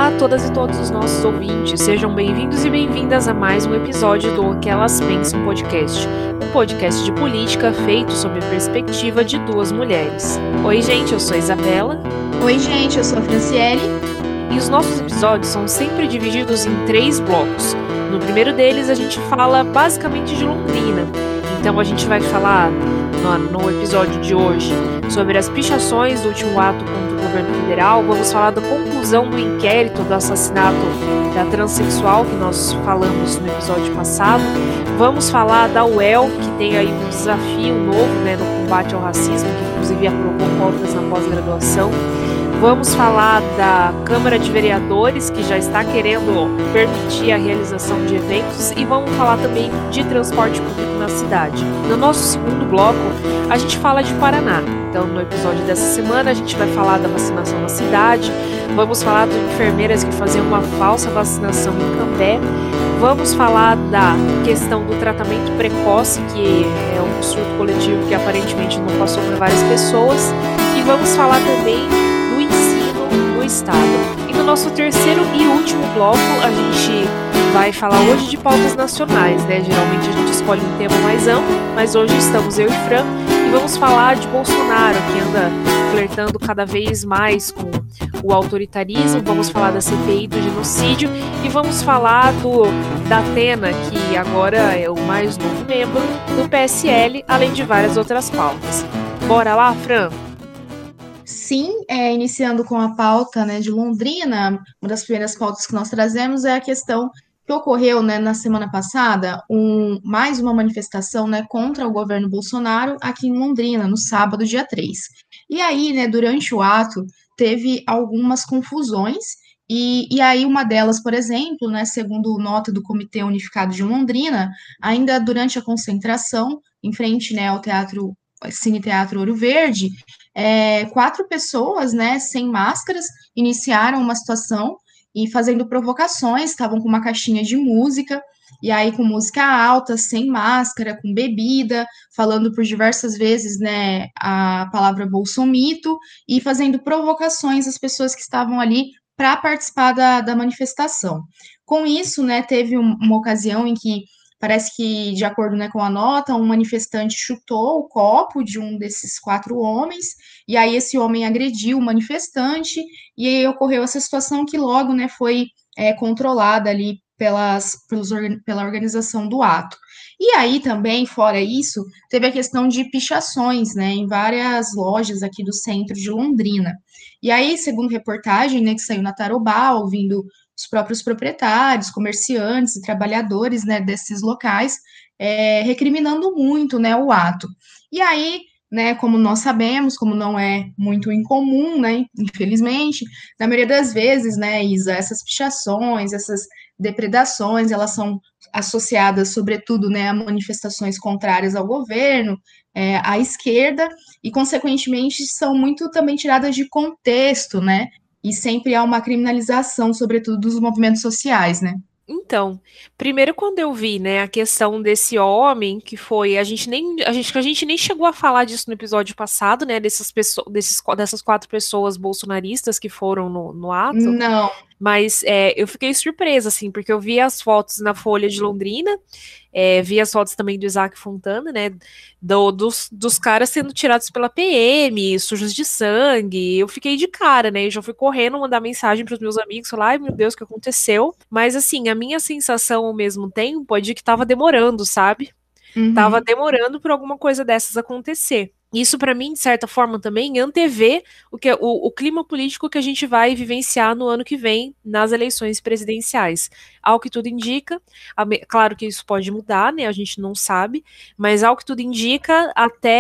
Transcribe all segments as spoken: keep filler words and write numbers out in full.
Olá a todas e todos os nossos ouvintes, sejam bem-vindos e bem-vindas a mais um episódio do O Que Elas Pensam Podcast, um podcast de política feito sob a perspectiva de duas mulheres. Oi gente, eu sou a Isabela. Oi gente, eu sou a Franciele. E os nossos episódios são sempre divididos em três blocos. No primeiro deles a gente fala basicamente de Londrina, então a gente vai falar no, no episódio de hoje sobre as pichações do último ato contra o governo federal. Vamos falar da conclusão do inquérito do assassinato da transexual que nós falamos no episódio passado. Vamos falar da U E L, que tem aí um desafio novo, né, no combate ao racismo, que inclusive aprovou cotas na pós-graduação. Vamos falar da Câmara de Vereadores, que já está querendo permitir a realização de eventos, e vamos falar também de transporte público na cidade. No nosso segundo bloco, a gente fala de Paraná. Então, no episódio dessa semana, a gente vai falar da vacinação na cidade, vamos falar de enfermeiras que faziam uma falsa vacinação em Cambé, vamos falar da questão do tratamento precoce, que é um surto coletivo que aparentemente não passou por várias pessoas, e vamos falar também Estado. E no nosso terceiro e último bloco, a gente vai falar hoje de pautas nacionais, né? Geralmente a gente escolhe um tema mais amplo, mas hoje estamos eu e Fran e vamos falar de Bolsonaro, que anda flertando cada vez mais com o autoritarismo. Vamos falar da C P I do genocídio e vamos falar do da Atena, que agora é o mais novo membro do P S L, além de várias outras pautas. Bora lá, Fran? Sim, é, iniciando com a pauta, né, de Londrina, uma das primeiras pautas que nós trazemos é a questão que ocorreu, né, na semana passada, um, mais uma manifestação, né, contra o governo Bolsonaro aqui em Londrina, no sábado, dia três. E aí, né, durante o ato, teve algumas confusões, e, e aí uma delas, por exemplo, né, segundo nota do Comitê Unificado de Londrina, ainda durante a concentração, em frente, né, ao Teatro Cine Teatro Ouro Verde, é, quatro pessoas, né, sem máscaras, iniciaram uma situação e fazendo provocações, estavam com uma caixinha de música, e aí com música alta, sem máscara, com bebida, falando por diversas vezes, né, a palavra bolsomito, e fazendo provocações às pessoas que estavam ali para participar da, da manifestação. Com isso, né, teve um, uma ocasião em que parece que, de acordo, né, com a nota, um manifestante chutou o copo de um desses quatro homens, e aí esse homem agrediu o manifestante, e aí ocorreu essa situação que logo, né, foi é, controlada ali pelas, pelos, pela organização do ato. E aí também, fora isso, teve a questão de pichações, né, em várias lojas aqui do centro de Londrina. E aí, segundo reportagem, né, que saiu na Tarobá, ouvindo os próprios proprietários, comerciantes e trabalhadores, né, desses locais, é, recriminando muito, né, o ato. E aí, né, como nós sabemos, como não é muito incomum, né, infelizmente, na maioria das vezes, né, Isa, essas pichações, essas depredações, elas são associadas, sobretudo, né, a manifestações contrárias ao governo, é, à esquerda, e, consequentemente, são muito também tiradas de contexto, né, e sempre há uma criminalização, sobretudo, dos movimentos sociais, né? Então, primeiro quando eu vi, né, a questão desse homem que foi, a gente nem, a gente, a gente nem chegou a falar disso no episódio passado, né, dessas pessoas, desses, dessas quatro pessoas bolsonaristas que foram no, no ato. Não. Mas é, eu fiquei surpresa, assim, porque eu vi as fotos na Folha de Londrina, é, vi as fotos também do Isaac Fontana, né, do, dos, dos caras sendo tirados pela P M, sujos de sangue. Eu fiquei de cara, né, eu já fui correndo mandar mensagem pros meus amigos, falar, ai meu Deus, o que aconteceu? Mas, assim, a minha sensação ao mesmo tempo é de que tava demorando, sabe? Uhum. Tava demorando por alguma coisa dessas acontecer. Isso, para mim, de certa forma, também antevê o, que, o, o clima político que a gente vai vivenciar no ano que vem nas eleições presidenciais. Ao que tudo indica, a, claro que isso pode mudar, né? A gente não sabe, mas ao que tudo indica,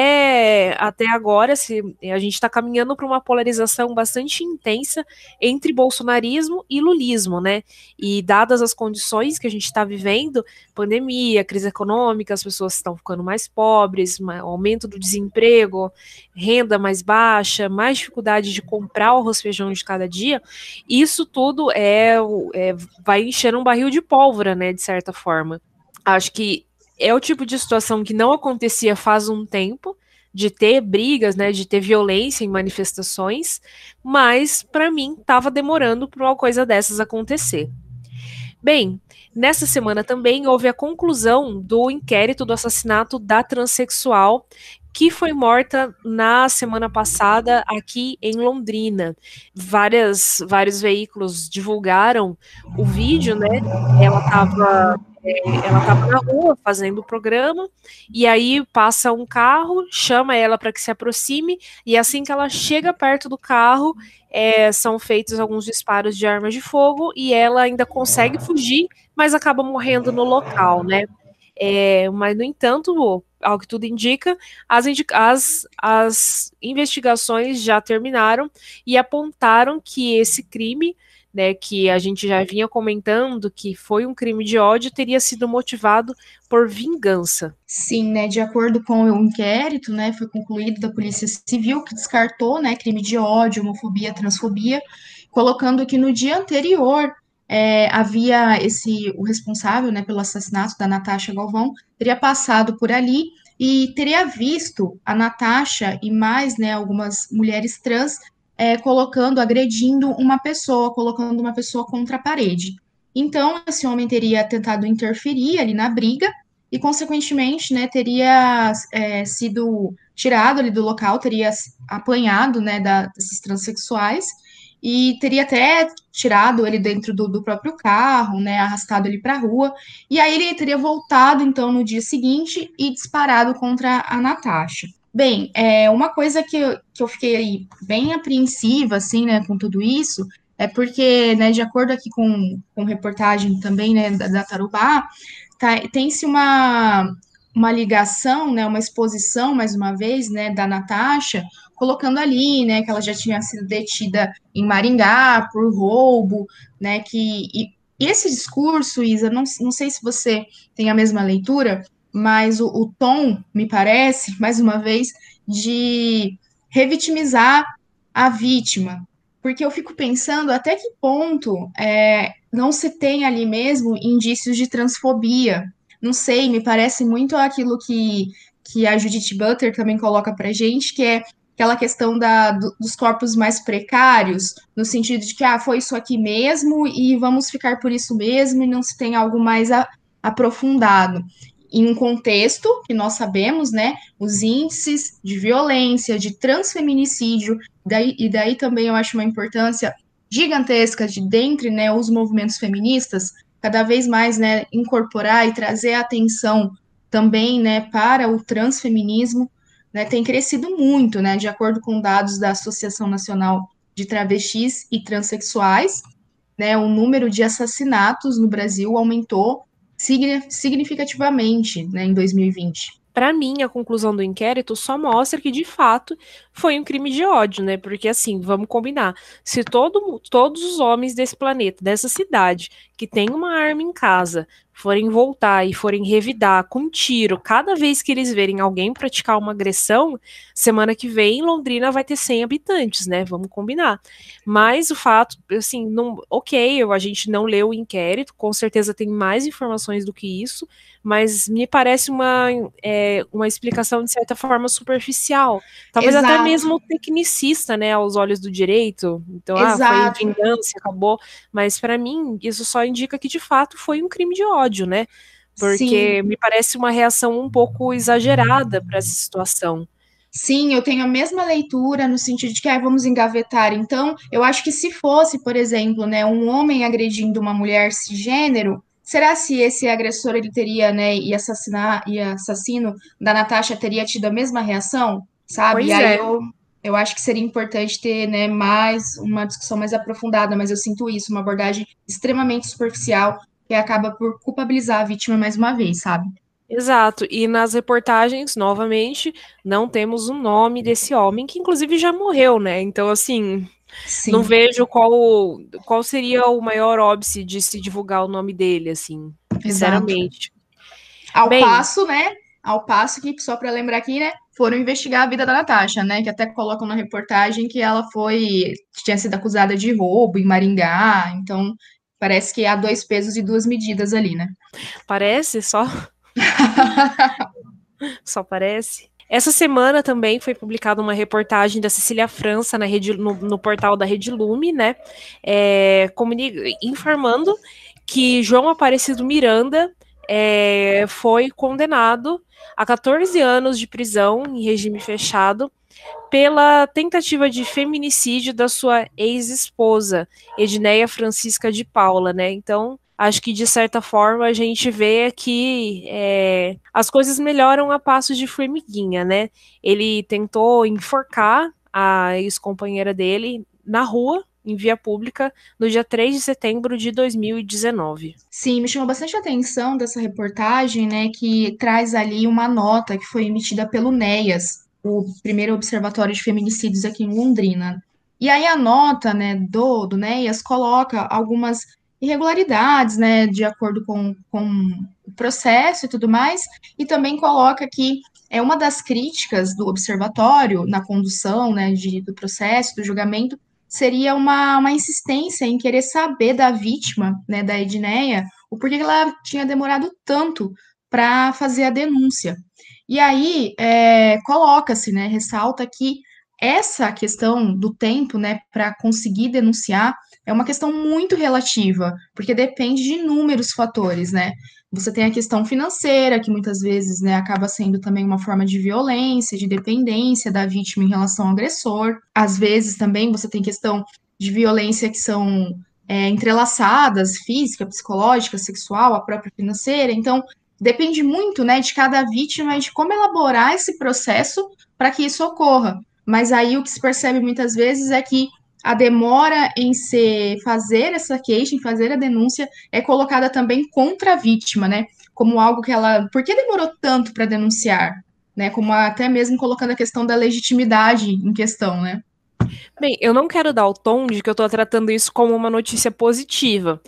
até, até agora, se, a gente está caminhando para uma polarização bastante intensa entre bolsonarismo e lulismo, né? E dadas as condições que a gente está vivendo, pandemia, crise econômica, as pessoas estão ficando mais pobres, aumento do desemprego, renda mais baixa, mais dificuldade de comprar o arroz e feijão de cada dia, isso tudo é, é, vai encher um barril de pólvora, né, de certa forma. Acho que é o tipo de situação que não acontecia faz um tempo, de ter brigas, né, de ter violência em manifestações, mas para mim estava demorando para uma coisa dessas acontecer. Bem, nessa semana também houve a conclusão do inquérito do assassinato da transexual que foi morta na semana passada aqui em Londrina. Várias, vários veículos divulgaram o vídeo, né? Ela estava é, ela estava na rua fazendo o programa e aí passa um carro, chama ela para que se aproxime e assim que ela chega perto do carro, é, são feitos alguns disparos de armas de fogo e ela ainda consegue fugir, mas acaba morrendo no local, né? É, mas, no entanto, ao que tudo indica, as, as, as investigações já terminaram e apontaram que esse crime, né, que a gente já vinha comentando, que foi um crime de ódio, teria sido motivado por vingança. Sim, né, de acordo com o inquérito, né, foi concluído da Polícia Civil que descartou, né, crime de ódio, homofobia, transfobia, colocando que no dia anterior é, havia esse, o responsável, né, pelo assassinato da Natasha Galvão, teria passado por ali e teria visto a Natasha e mais, né, algumas mulheres trans é, colocando, agredindo uma pessoa, colocando uma pessoa contra a parede. Então, esse homem teria tentado interferir ali na briga e, consequentemente, né, teria é, sido tirado ali do local, teria apanhado, né, da, desses transexuais e teria até tirado ele dentro do, do próprio carro, né, arrastado ele para a rua, e aí ele teria voltado, então, no dia seguinte e disparado contra a Natasha. Bem, é, uma coisa que eu, que eu fiquei bem apreensiva, assim, né, com tudo isso, é porque, né, de acordo aqui com, com reportagem também, né, da, da Tarubá, tá, tem-se uma, uma ligação, né, uma exposição, mais uma vez, né, da Natasha, colocando ali, né, que ela já tinha sido detida em Maringá por roubo, né, que... E, e esse discurso, Isa, não, não sei se você tem a mesma leitura, mas o, o tom, me parece, mais uma vez, de revitimizar a vítima, porque eu fico pensando até que ponto é, não se tem ali mesmo indícios de transfobia. Não sei, me parece muito aquilo que, que a Judith Butler também coloca pra gente, que é aquela questão da, do, dos corpos mais precários, no sentido de que ah, foi isso aqui mesmo e vamos ficar por isso mesmo e não se tem algo mais a, aprofundado. Em um contexto que nós sabemos, né, os índices de violência, de transfeminicídio, daí, e daí também eu acho uma importância gigantesca de dentre, né, os movimentos feministas, cada vez mais, né, incorporar e trazer atenção também, né, para o transfeminismo, né, tem crescido muito, né, de acordo com dados da Associação Nacional de Travestis e Transsexuais, né, o número de assassinatos no Brasil aumentou significativamente, né, em dois mil e vinte. Para mim, a conclusão do inquérito só mostra que, de fato, foi um crime de ódio, né? Porque, assim, vamos combinar. Se todo, todos os homens desse planeta, dessa cidade, que tem uma arma em casa, forem voltar e forem revidar com um tiro cada vez que eles verem alguém praticar uma agressão, semana que vem Londrina vai ter cem habitantes, né? Vamos combinar. Mas o fato, assim, não, ok, a gente não leu o inquérito, com certeza tem mais informações do que isso, mas me parece uma, é, uma explicação de certa forma superficial, talvez Exato. até mesmo tecnicista, né, aos olhos do direito. Então, Exato. ah, foi vingança, acabou. Mas para mim isso só indica que de fato foi um crime de ódio, né? Porque Sim. me parece uma reação um pouco exagerada para essa situação. Sim, eu tenho a mesma leitura no sentido de que ah, vamos engavetar. Então, eu acho que se fosse, por exemplo, né, um homem agredindo uma mulher cisgênero, será se esse agressor ele teria, né, e assassinar e assassino da Natasha teria tido a mesma reação, sabe? Pois e aí é. eu, eu acho que seria importante ter, né, mais uma discussão mais aprofundada, mas eu sinto isso, uma abordagem extremamente superficial que acaba por culpabilizar a vítima mais uma vez, sabe? Exato, e nas reportagens, novamente, não temos o nome desse homem, que inclusive já morreu, né? Então, assim, Sim. Não vejo qual, qual seria o maior óbice de se divulgar o nome dele, assim, sinceramente. Ao Bem, passo, né? Ao passo que, só para lembrar aqui, né? Foram investigar a vida da Natasha, né? Que até colocam na reportagem que ela foi. Tinha sido acusada de roubo em Maringá. Então, parece que há dois pesos e duas medidas ali, né? Parece só. Só parece. Essa semana também foi publicada uma reportagem da Cecília França na rede, no, no portal da Rede Lume, né, é, informando que João Aparecido Miranda é, foi condenado a quatorze anos de prisão em regime fechado pela tentativa de feminicídio da sua ex-esposa, Edneia Francisca de Paula, né? Então, acho que de certa forma a gente vê que é, as coisas melhoram a passos de formiguinha, né? Ele tentou enforcar a ex-companheira dele na rua, em via pública, no dia três de setembro de dois mil e dezenove. Sim, me chamou bastante atenção dessa reportagem, né, que traz ali uma nota que foi emitida pelo NEAS, o primeiro observatório de feminicídios aqui em Londrina. E aí a nota, né, do, do NEAS coloca algumas irregularidades, né, de acordo com, com o processo e tudo mais, e também coloca que é uma das críticas do observatório na condução, né, de, do processo, do julgamento, seria uma, uma insistência em querer saber da vítima, né, da Edneia, o porquê que ela tinha demorado tanto para fazer a denúncia. E aí é, coloca-se, né, ressalta que essa questão do tempo, né, para conseguir denunciar é uma questão muito relativa, porque depende de inúmeros fatores, né? Você tem a questão financeira, que muitas vezes, né, acaba sendo também uma forma de violência, de dependência da vítima em relação ao agressor. Às vezes também você tem questão de violência que são é, entrelaçadas, física, psicológica, sexual, a própria financeira. Então, depende muito, né, de cada vítima e de como elaborar esse processo para que isso ocorra. Mas aí o que se percebe muitas vezes é que a demora em se fazer essa queixa, em fazer a denúncia, é colocada também contra a vítima, né? Como algo que ela. Por que demorou tanto para denunciar? Né? Como até mesmo colocando a questão da legitimidade em questão, né? Bem, eu não quero dar o tom de que eu tô tratando isso como uma notícia positiva,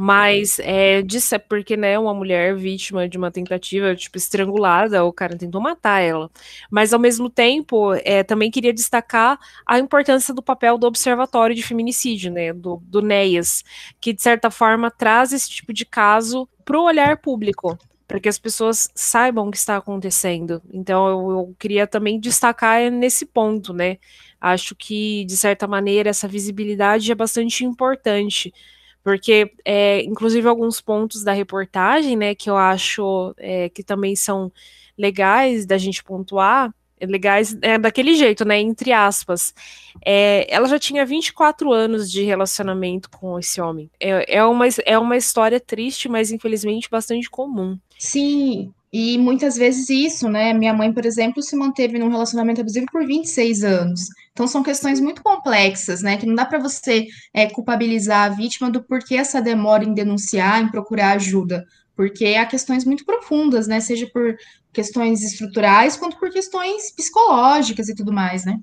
mas é, disso é porque, né, uma mulher vítima de uma tentativa, tipo, estrangulada, o cara tentou matar ela. Mas, ao mesmo tempo, é, também queria destacar a importância do papel do Observatório de Feminicídio, né, do, do NEAS, que, de certa forma, traz esse tipo de caso pro olhar público, para que as pessoas saibam o que está acontecendo. Então, eu, eu queria também destacar nesse ponto, né, acho que, de certa maneira, essa visibilidade é bastante importante, porque, é, inclusive, alguns pontos da reportagem, né, que eu acho é, que também são legais da gente pontuar, legais é, daquele jeito, né, entre aspas. É, ela já tinha vinte e quatro anos de relacionamento com esse homem. É, é, uma, é uma história triste, mas, infelizmente, bastante comum. Sim, e muitas vezes isso, né? Minha mãe, por exemplo, se manteve num relacionamento abusivo por vinte e seis anos. Então são questões muito complexas, né? Que não dá para você é, culpabilizar a vítima do porquê essa demora em denunciar, em procurar ajuda. Porque há questões muito profundas, né? Seja por questões estruturais, quanto por questões psicológicas e tudo mais, né?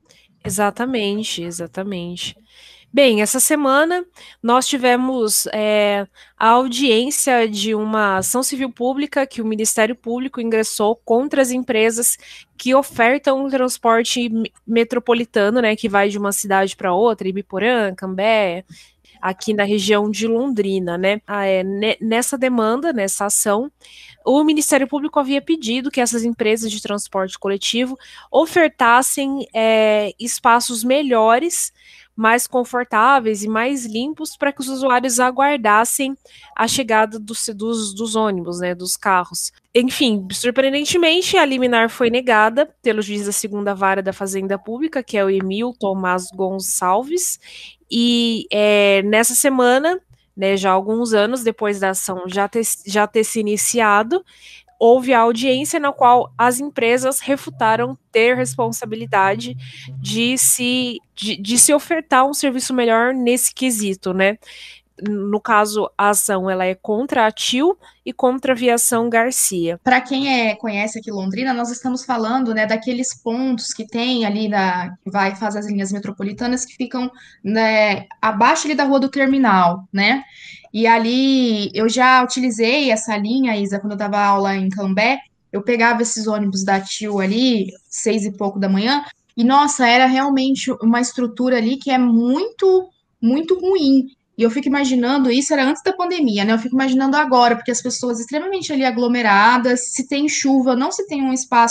Exatamente, exatamente. Bem, essa semana nós tivemos é, a audiência de uma ação civil pública que o Ministério Público ingressou contra as empresas que ofertam o transporte metropolitano, né, que vai de uma cidade para outra, Ibiporã, Cambé, aqui na região de Londrina, né? Ah, é, nessa demanda, nessa ação, o Ministério Público havia pedido que essas empresas de transporte coletivo ofertassem é, espaços melhores, mais confortáveis e mais limpos para que os usuários aguardassem a chegada dos, dos, dos ônibus, né, dos carros. Enfim, surpreendentemente, a liminar foi negada pelo juiz da segunda vara da Fazenda Pública, que é o Emil Tomás Gonçalves, e é, nessa semana, né, já há alguns anos depois da ação já ter, já ter se iniciado, houve a audiência na qual as empresas refutaram ter responsabilidade de se, de, de se ofertar um serviço melhor nesse quesito, né? No caso, a ação ela é contra a TIL e contra a Viação Garcia. Para quem é, conhece aqui Londrina, nós estamos falando, né, daqueles pontos que tem ali na que vai faz as linhas metropolitanas que ficam, né, abaixo ali da rua do terminal, né? E ali eu já utilizei essa linha, Isa, quando eu dava aula em Cambé, eu pegava esses ônibus da TIL ali, seis e pouco da manhã, e nossa, era realmente uma estrutura ali que é muito, muito ruim. E eu fico imaginando, isso era antes da pandemia, né? Eu fico imaginando agora, porque as pessoas extremamente ali aglomeradas, se tem chuva, não se tem um espaço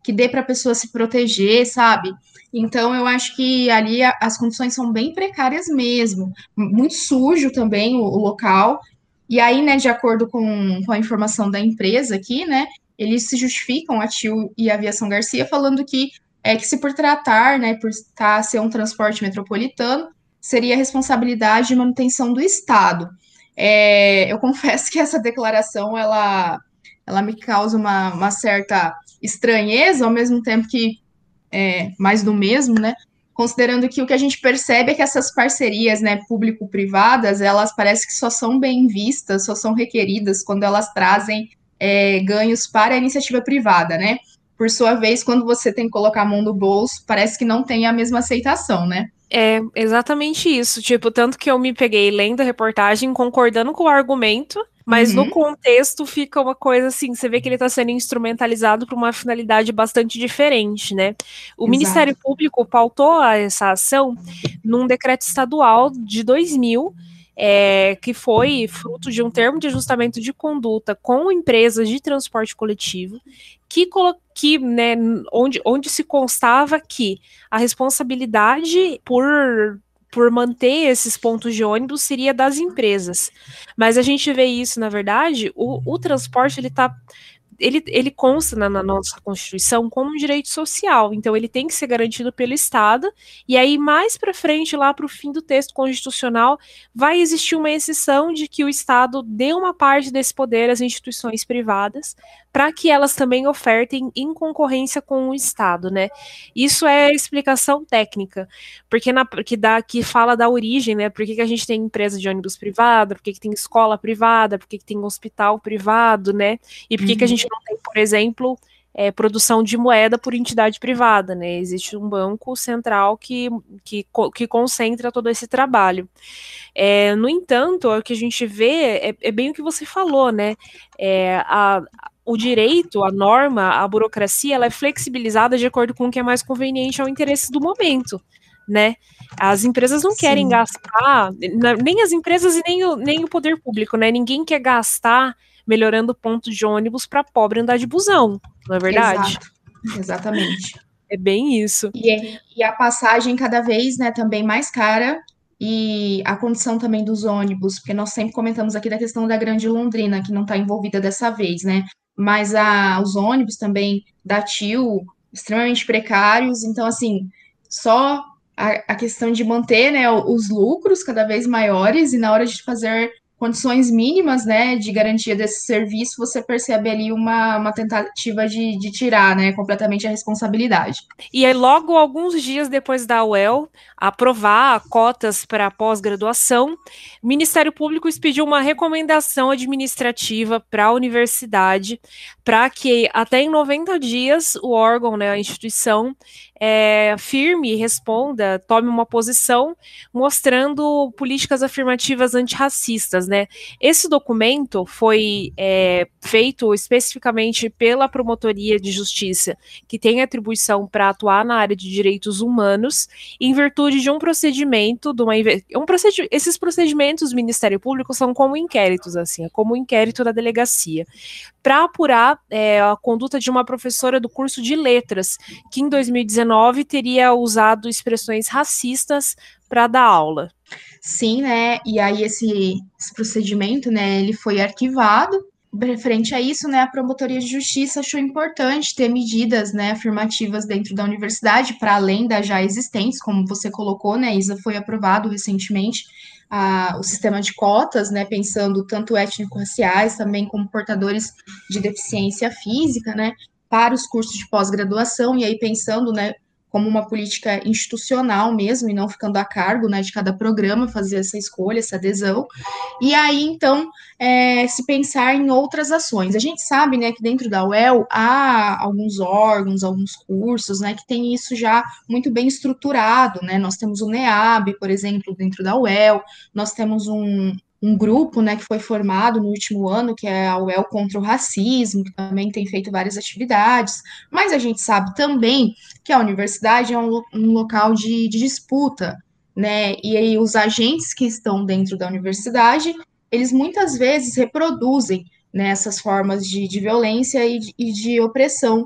que dê para a pessoa se proteger, sabe? Então, eu acho que ali a, as condições são bem precárias mesmo, muito sujo também o, o local. E aí, né, de acordo com, com a informação da empresa aqui, né, eles se justificam, a TIM e a Aviação Garcia, falando que é que se por tratar, né, por estar ser um transporte metropolitano, seria responsabilidade de manutenção do Estado. É, eu confesso que essa declaração, ela, ela me causa uma, uma certa estranheza, ao mesmo tempo que é mais do mesmo, né? Considerando que o que a gente percebe é que essas parcerias, né, público-privadas, elas parecem que só são bem vistas, só são requeridas quando elas trazem é, ganhos para a iniciativa privada, né? Por sua vez, quando você tem que colocar a mão no bolso, parece que não tem a mesma aceitação, né? É exatamente isso. Tipo, tanto que eu me peguei lendo a reportagem, concordando com o argumento, mas no Uhum, contexto fica uma coisa assim, você vê que ele está sendo instrumentalizado para uma finalidade bastante diferente, né? O exato. Ministério Público pautou essa ação num decreto estadual de dois mil, é, que foi fruto de um termo de ajustamento de conduta com empresas de transporte coletivo, que, que né, onde, onde se constava que a responsabilidade por por manter esses pontos de ônibus seria das empresas. Mas a gente vê isso, na verdade, o, o transporte ele está ele, ele consta na, na, nossa Constituição como um direito social, então ele tem que ser garantido pelo Estado, e aí mais para frente, lá para o fim do texto constitucional, vai existir uma exceção de que o Estado dê uma parte desse poder às instituições privadas, para que elas também ofertem em concorrência com o Estado, né? Isso é a explicação técnica, porque na, que, dá, que fala da origem, né? Por que, que a gente tem empresa de ônibus privada, por que, que tem escola privada, por que, que tem hospital privado, né? E por que, que a gente não tem, por exemplo, é, produção de moeda por entidade privada, né? Existe um banco central que, que, que concentra todo esse trabalho. É, no entanto, o que a gente vê é, é bem o que você falou, né? É, a, o direito, a norma, a burocracia, ela é flexibilizada de acordo com o que é mais conveniente ao interesse do momento, né? As empresas não querem Sim, gastar, nem as empresas e nem o, nem o poder público, né? Ninguém quer gastar melhorando ponto de ônibus para pobre andar de busão, não é verdade? exato, exatamente. É bem isso. E, é- e a passagem cada vez, né, também mais cara, e a condição também dos ônibus, porque nós sempre comentamos aqui da questão da Grande Londrina, que não está envolvida dessa vez, né? Mas a, os ônibus também da TIM, extremamente precários, então, assim, só a, a questão de manter, né, os lucros cada vez maiores, e na hora de fazer condições mínimas, né, de garantia desse serviço, você percebe ali uma, uma tentativa de, de tirar, né, completamente a responsabilidade. E aí, logo alguns dias depois da U E L aprovar cotas para pós-graduação, o Ministério Público expediu uma recomendação administrativa para a universidade para que até em noventa dias o órgão, né, a instituição, é, firme, responda, tome uma posição mostrando políticas afirmativas antirracistas, né? Esse documento foi é, feito especificamente pela Promotoria de Justiça, que tem atribuição para atuar na área de direitos humanos, em virtude de um procedimento, de uma, um procedi esses procedimentos do Ministério Público são como inquéritos, assim, é como o inquérito da delegacia, para apurar é, a conduta de uma professora do curso de letras, que em dois mil e dezenove teria usado expressões racistas para dar aula. Sim, né? E aí esse, esse procedimento, né, ele foi arquivado. Referente a isso, né, a Promotoria de Justiça achou importante ter medidas, né, afirmativas dentro da universidade, para além das já existentes, como você colocou, né, Isa, foi aprovado recentemente a, o sistema de cotas, né, pensando tanto étnico-raciais, também como portadores de deficiência física, né, para os cursos de pós-graduação, e aí pensando, né, como uma política institucional mesmo, e não ficando a cargo, né, de cada programa fazer essa escolha, essa adesão. E aí, então, é, se pensar em outras ações. A gente sabe, né, que dentro da U E L há alguns órgãos, alguns cursos, né, que tem isso já muito bem estruturado, né? Nós temos o NEAB, por exemplo, dentro da U E L, nós temos um, um grupo, né, que foi formado no último ano, que é a U E L contra o racismo, que também tem feito várias atividades, mas a gente sabe também que a universidade é um, um local de, de disputa, né, e aí os agentes que estão dentro da universidade, eles muitas vezes reproduzem, né, essas formas de, de violência e de, e de opressão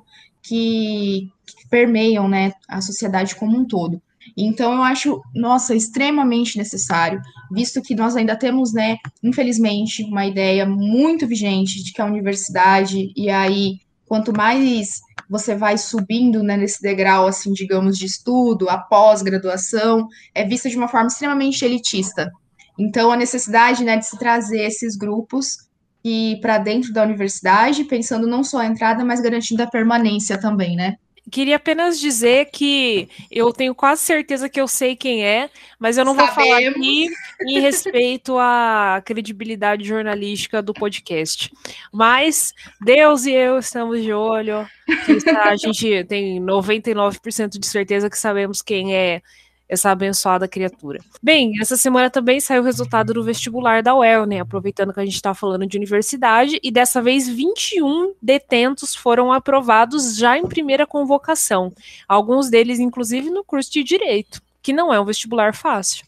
que, que permeiam, né, a sociedade como um todo. Então, eu acho, nossa, extremamente necessário, visto que nós ainda temos, né, infelizmente, uma ideia muito vigente de que a universidade, e aí, quanto mais você vai subindo, né, nesse degrau, assim, digamos, de estudo, a pós-graduação, é vista de uma forma extremamente elitista. Então, a necessidade, né, de se trazer esses grupos e para dentro da universidade, pensando não só a entrada, mas garantindo a permanência também, né? Queria apenas dizer que eu tenho quase certeza que eu sei quem é, mas eu não vou falar Sabemos. aqui em respeito à credibilidade jornalística do podcast. Mas Deus e eu estamos de olho, que a gente tem noventa e nove por cento de certeza que sabemos quem é essa abençoada criatura. Bem, essa semana também saiu o resultado do vestibular da U E L, né? Aproveitando que a gente está falando de universidade, e dessa vez vinte e um detentos foram aprovados já em primeira convocação. Alguns deles, inclusive, no curso de Direito, que não é um vestibular fácil.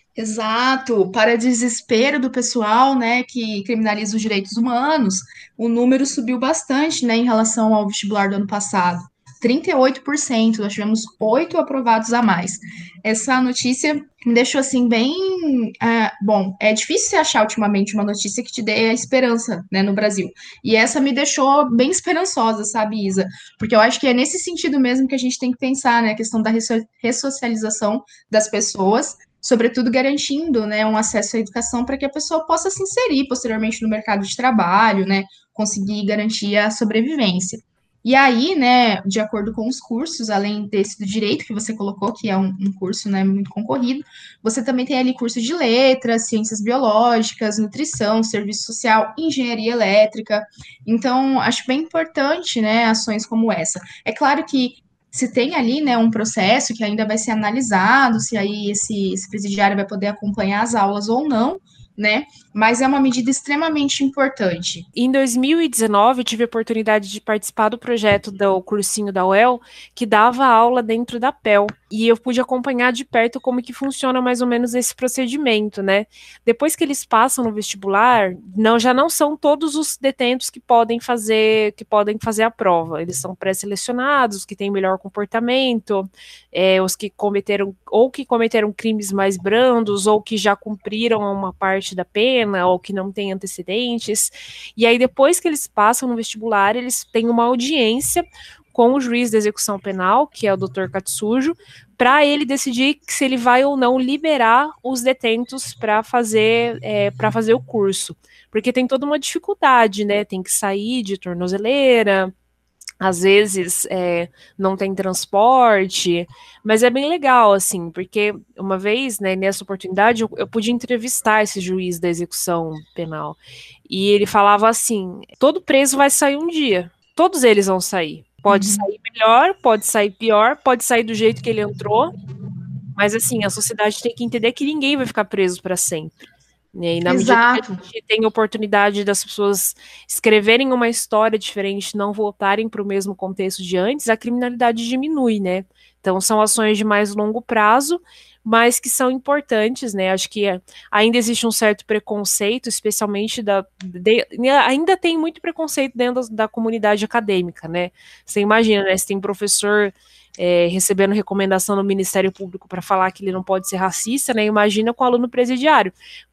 Exato, para desespero do pessoal, né, que criminaliza os direitos humanos, o número subiu bastante, né, em relação ao vestibular do ano passado. trinta e oito por cento, nós tivemos oito aprovados a mais. Essa notícia me deixou assim bem, uh, bom, é difícil você achar ultimamente uma notícia que te dê a esperança, né, no Brasil. E essa me deixou bem esperançosa, sabe, Isa? Porque eu acho que é nesse sentido mesmo que a gente tem que pensar, né, a questão da ressocialização das pessoas, sobretudo garantindo, né, um acesso à educação para que a pessoa possa se inserir posteriormente no mercado de trabalho, né, conseguir garantir a sobrevivência. E aí, né, de acordo com os cursos, além desse do direito que você colocou, que é um, um curso, né, muito concorrido, você também tem ali curso de letras, ciências biológicas, nutrição, serviço social, engenharia elétrica. Então, acho bem importante, né, ações como essa. É claro que se tem ali, né, um processo que ainda vai ser analisado, se aí esse, esse presidiário vai poder acompanhar as aulas ou não, né? Mas é uma medida extremamente importante. Em dois mil e dezenove, eu tive a oportunidade de participar do projeto do cursinho da U E L, que dava aula dentro da P E L, e eu pude acompanhar de perto como que funciona mais ou menos esse procedimento, né? Depois que eles passam no vestibular, não, já não são todos os detentos que podem fazer, que podem fazer a prova. Eles são pré-selecionados, que têm melhor comportamento, é, os que cometeram, ou que cometeram crimes mais brandos, ou que já cumpriram uma parte da pena, ou que não têm antecedentes. E aí, depois que eles passam no vestibular, eles têm uma audiência com o juiz da execução penal, que é o doutor Katsujo, para ele decidir se ele vai ou não liberar os detentos para fazer, é, para fazer o curso. Porque tem toda uma dificuldade, né? Tem que sair de tornozeleira, às vezes é, não tem transporte, mas é bem legal, assim, porque uma vez, né, nessa oportunidade, eu, eu pude entrevistar esse juiz da execução penal, e ele falava assim, todo preso vai sair um dia, todos eles vão sair, pode Uhum. sair melhor, pode sair pior, pode sair do jeito que ele entrou, mas assim, a sociedade tem que entender que ninguém vai ficar preso para sempre. E na medida que a Exato. gente tem a oportunidade das pessoas escreverem uma história diferente, não voltarem para o mesmo contexto de antes, a criminalidade diminui, né? Então são ações de mais longo prazo, mas que são importantes, né? Acho que ainda existe um certo preconceito, especialmente da. De, ainda tem muito preconceito dentro da, da comunidade acadêmica, né? Você imagina, né? Se tem professor É, recebendo recomendação do Ministério Público para falar que ele não pode ser racista, né? Imagina com o aluno presidiário.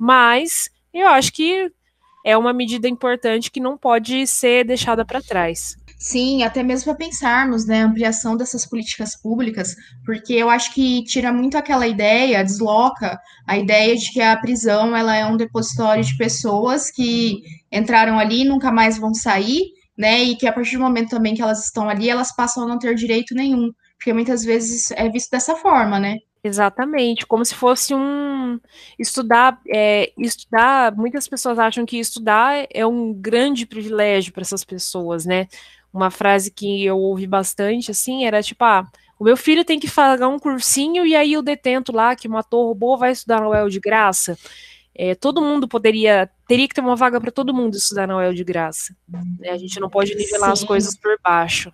Mas eu acho que é uma medida importante que não pode ser deixada para trás. Sim, até mesmo para pensarmos, né, a ampliação dessas políticas públicas, porque eu acho que tira muito aquela ideia, desloca a ideia de que a prisão ela é um depositório de pessoas que entraram ali e nunca mais vão sair, né, e que a partir do momento também que elas estão ali, elas passam a não ter direito nenhum, porque muitas vezes é visto dessa forma, né? Exatamente, como se fosse um estudar, é, estudar, muitas pessoas acham que estudar é um grande privilégio para essas pessoas, né? Uma frase que eu ouvi bastante, assim, era tipo, ah, o meu filho tem que pagar um cursinho e aí o detento lá que matou, roubou, vai estudar na U E L de graça. É, todo mundo poderia, teria que ter uma vaga para todo mundo estudar na U E L de graça, né? A gente não pode nivelar as Sim. coisas por baixo.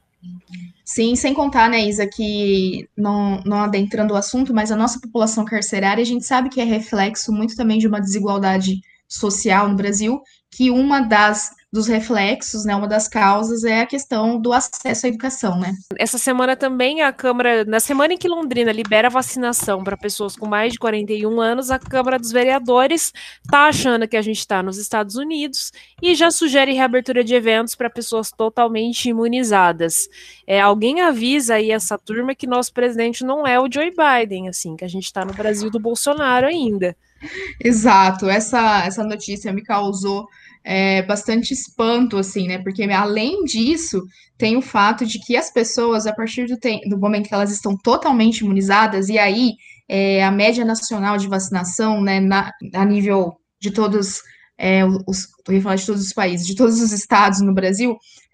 Sim, sem contar, né, Isa, que não, não adentrando o assunto, mas a nossa população carcerária, a gente sabe que é reflexo muito também de uma desigualdade social no Brasil, que uma das dos reflexos, né? Uma das causas é a questão do acesso à educação, né? Essa semana também a Câmara, na semana em que Londrina libera a vacinação para pessoas com mais de quarenta e um anos, a Câmara dos Vereadores está achando que a gente está nos Estados Unidos e já sugere reabertura de eventos para pessoas totalmente imunizadas. É, alguém avisa aí essa turma que nosso presidente não é o Joe Biden, assim, que a gente está no Brasil do Bolsonaro ainda. Exato, essa, essa notícia me causou é, bastante espanto, assim, né? Porque além disso, tem o fato de que as pessoas, a partir do, tem- do momento que elas estão totalmente imunizadas, e aí é, a média nacional de vacinação, né, na- a nível de todos, é, os, eu ia falar de todos os países, de todos os estados no Brasil,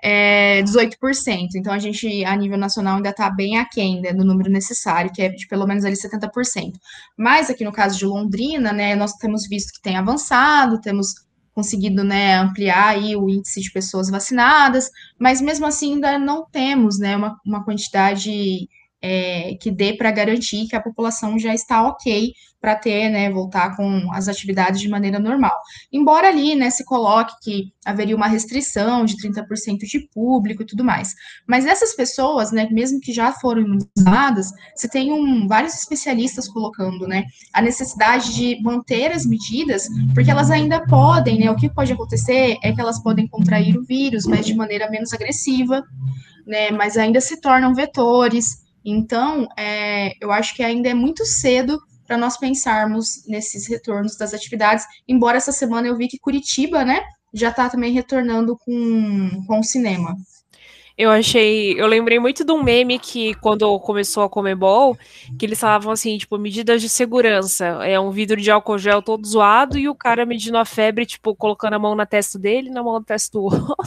é dezoito por cento. Então a gente, a nível nacional, ainda está bem aquém, né, do número necessário, que é de pelo menos ali setenta por cento. Mas aqui no caso de Londrina, né, nós temos visto que tem avançado, temos conseguido, né, ampliar aí o índice de pessoas vacinadas, mas mesmo assim ainda não temos, né, uma, uma quantidade é, que dê para garantir que a população já está ok para ter, né, voltar com as atividades de maneira normal. Embora ali, né, se coloque que haveria uma restrição de trinta por cento de público e tudo mais. Mas essas pessoas, né, mesmo que já foram imunizadas, você tem um, vários especialistas colocando, né, a necessidade de manter as medidas, porque elas ainda podem, né, o que pode acontecer é que elas podem contrair o vírus, mas de maneira menos agressiva, né, mas ainda se tornam vetores. Então, é, eu acho que ainda é muito cedo para nós pensarmos nesses retornos das atividades, embora essa semana eu vi que Curitiba, né, já está também retornando com, com o cinema. Eu achei. Eu lembrei muito de um meme que, quando começou a Comebol, que eles falavam assim, tipo, medidas de segurança. É um vidro de álcool gel todo zoado e o cara medindo a febre, tipo, colocando a mão na testa dele e na mão na testa do outro,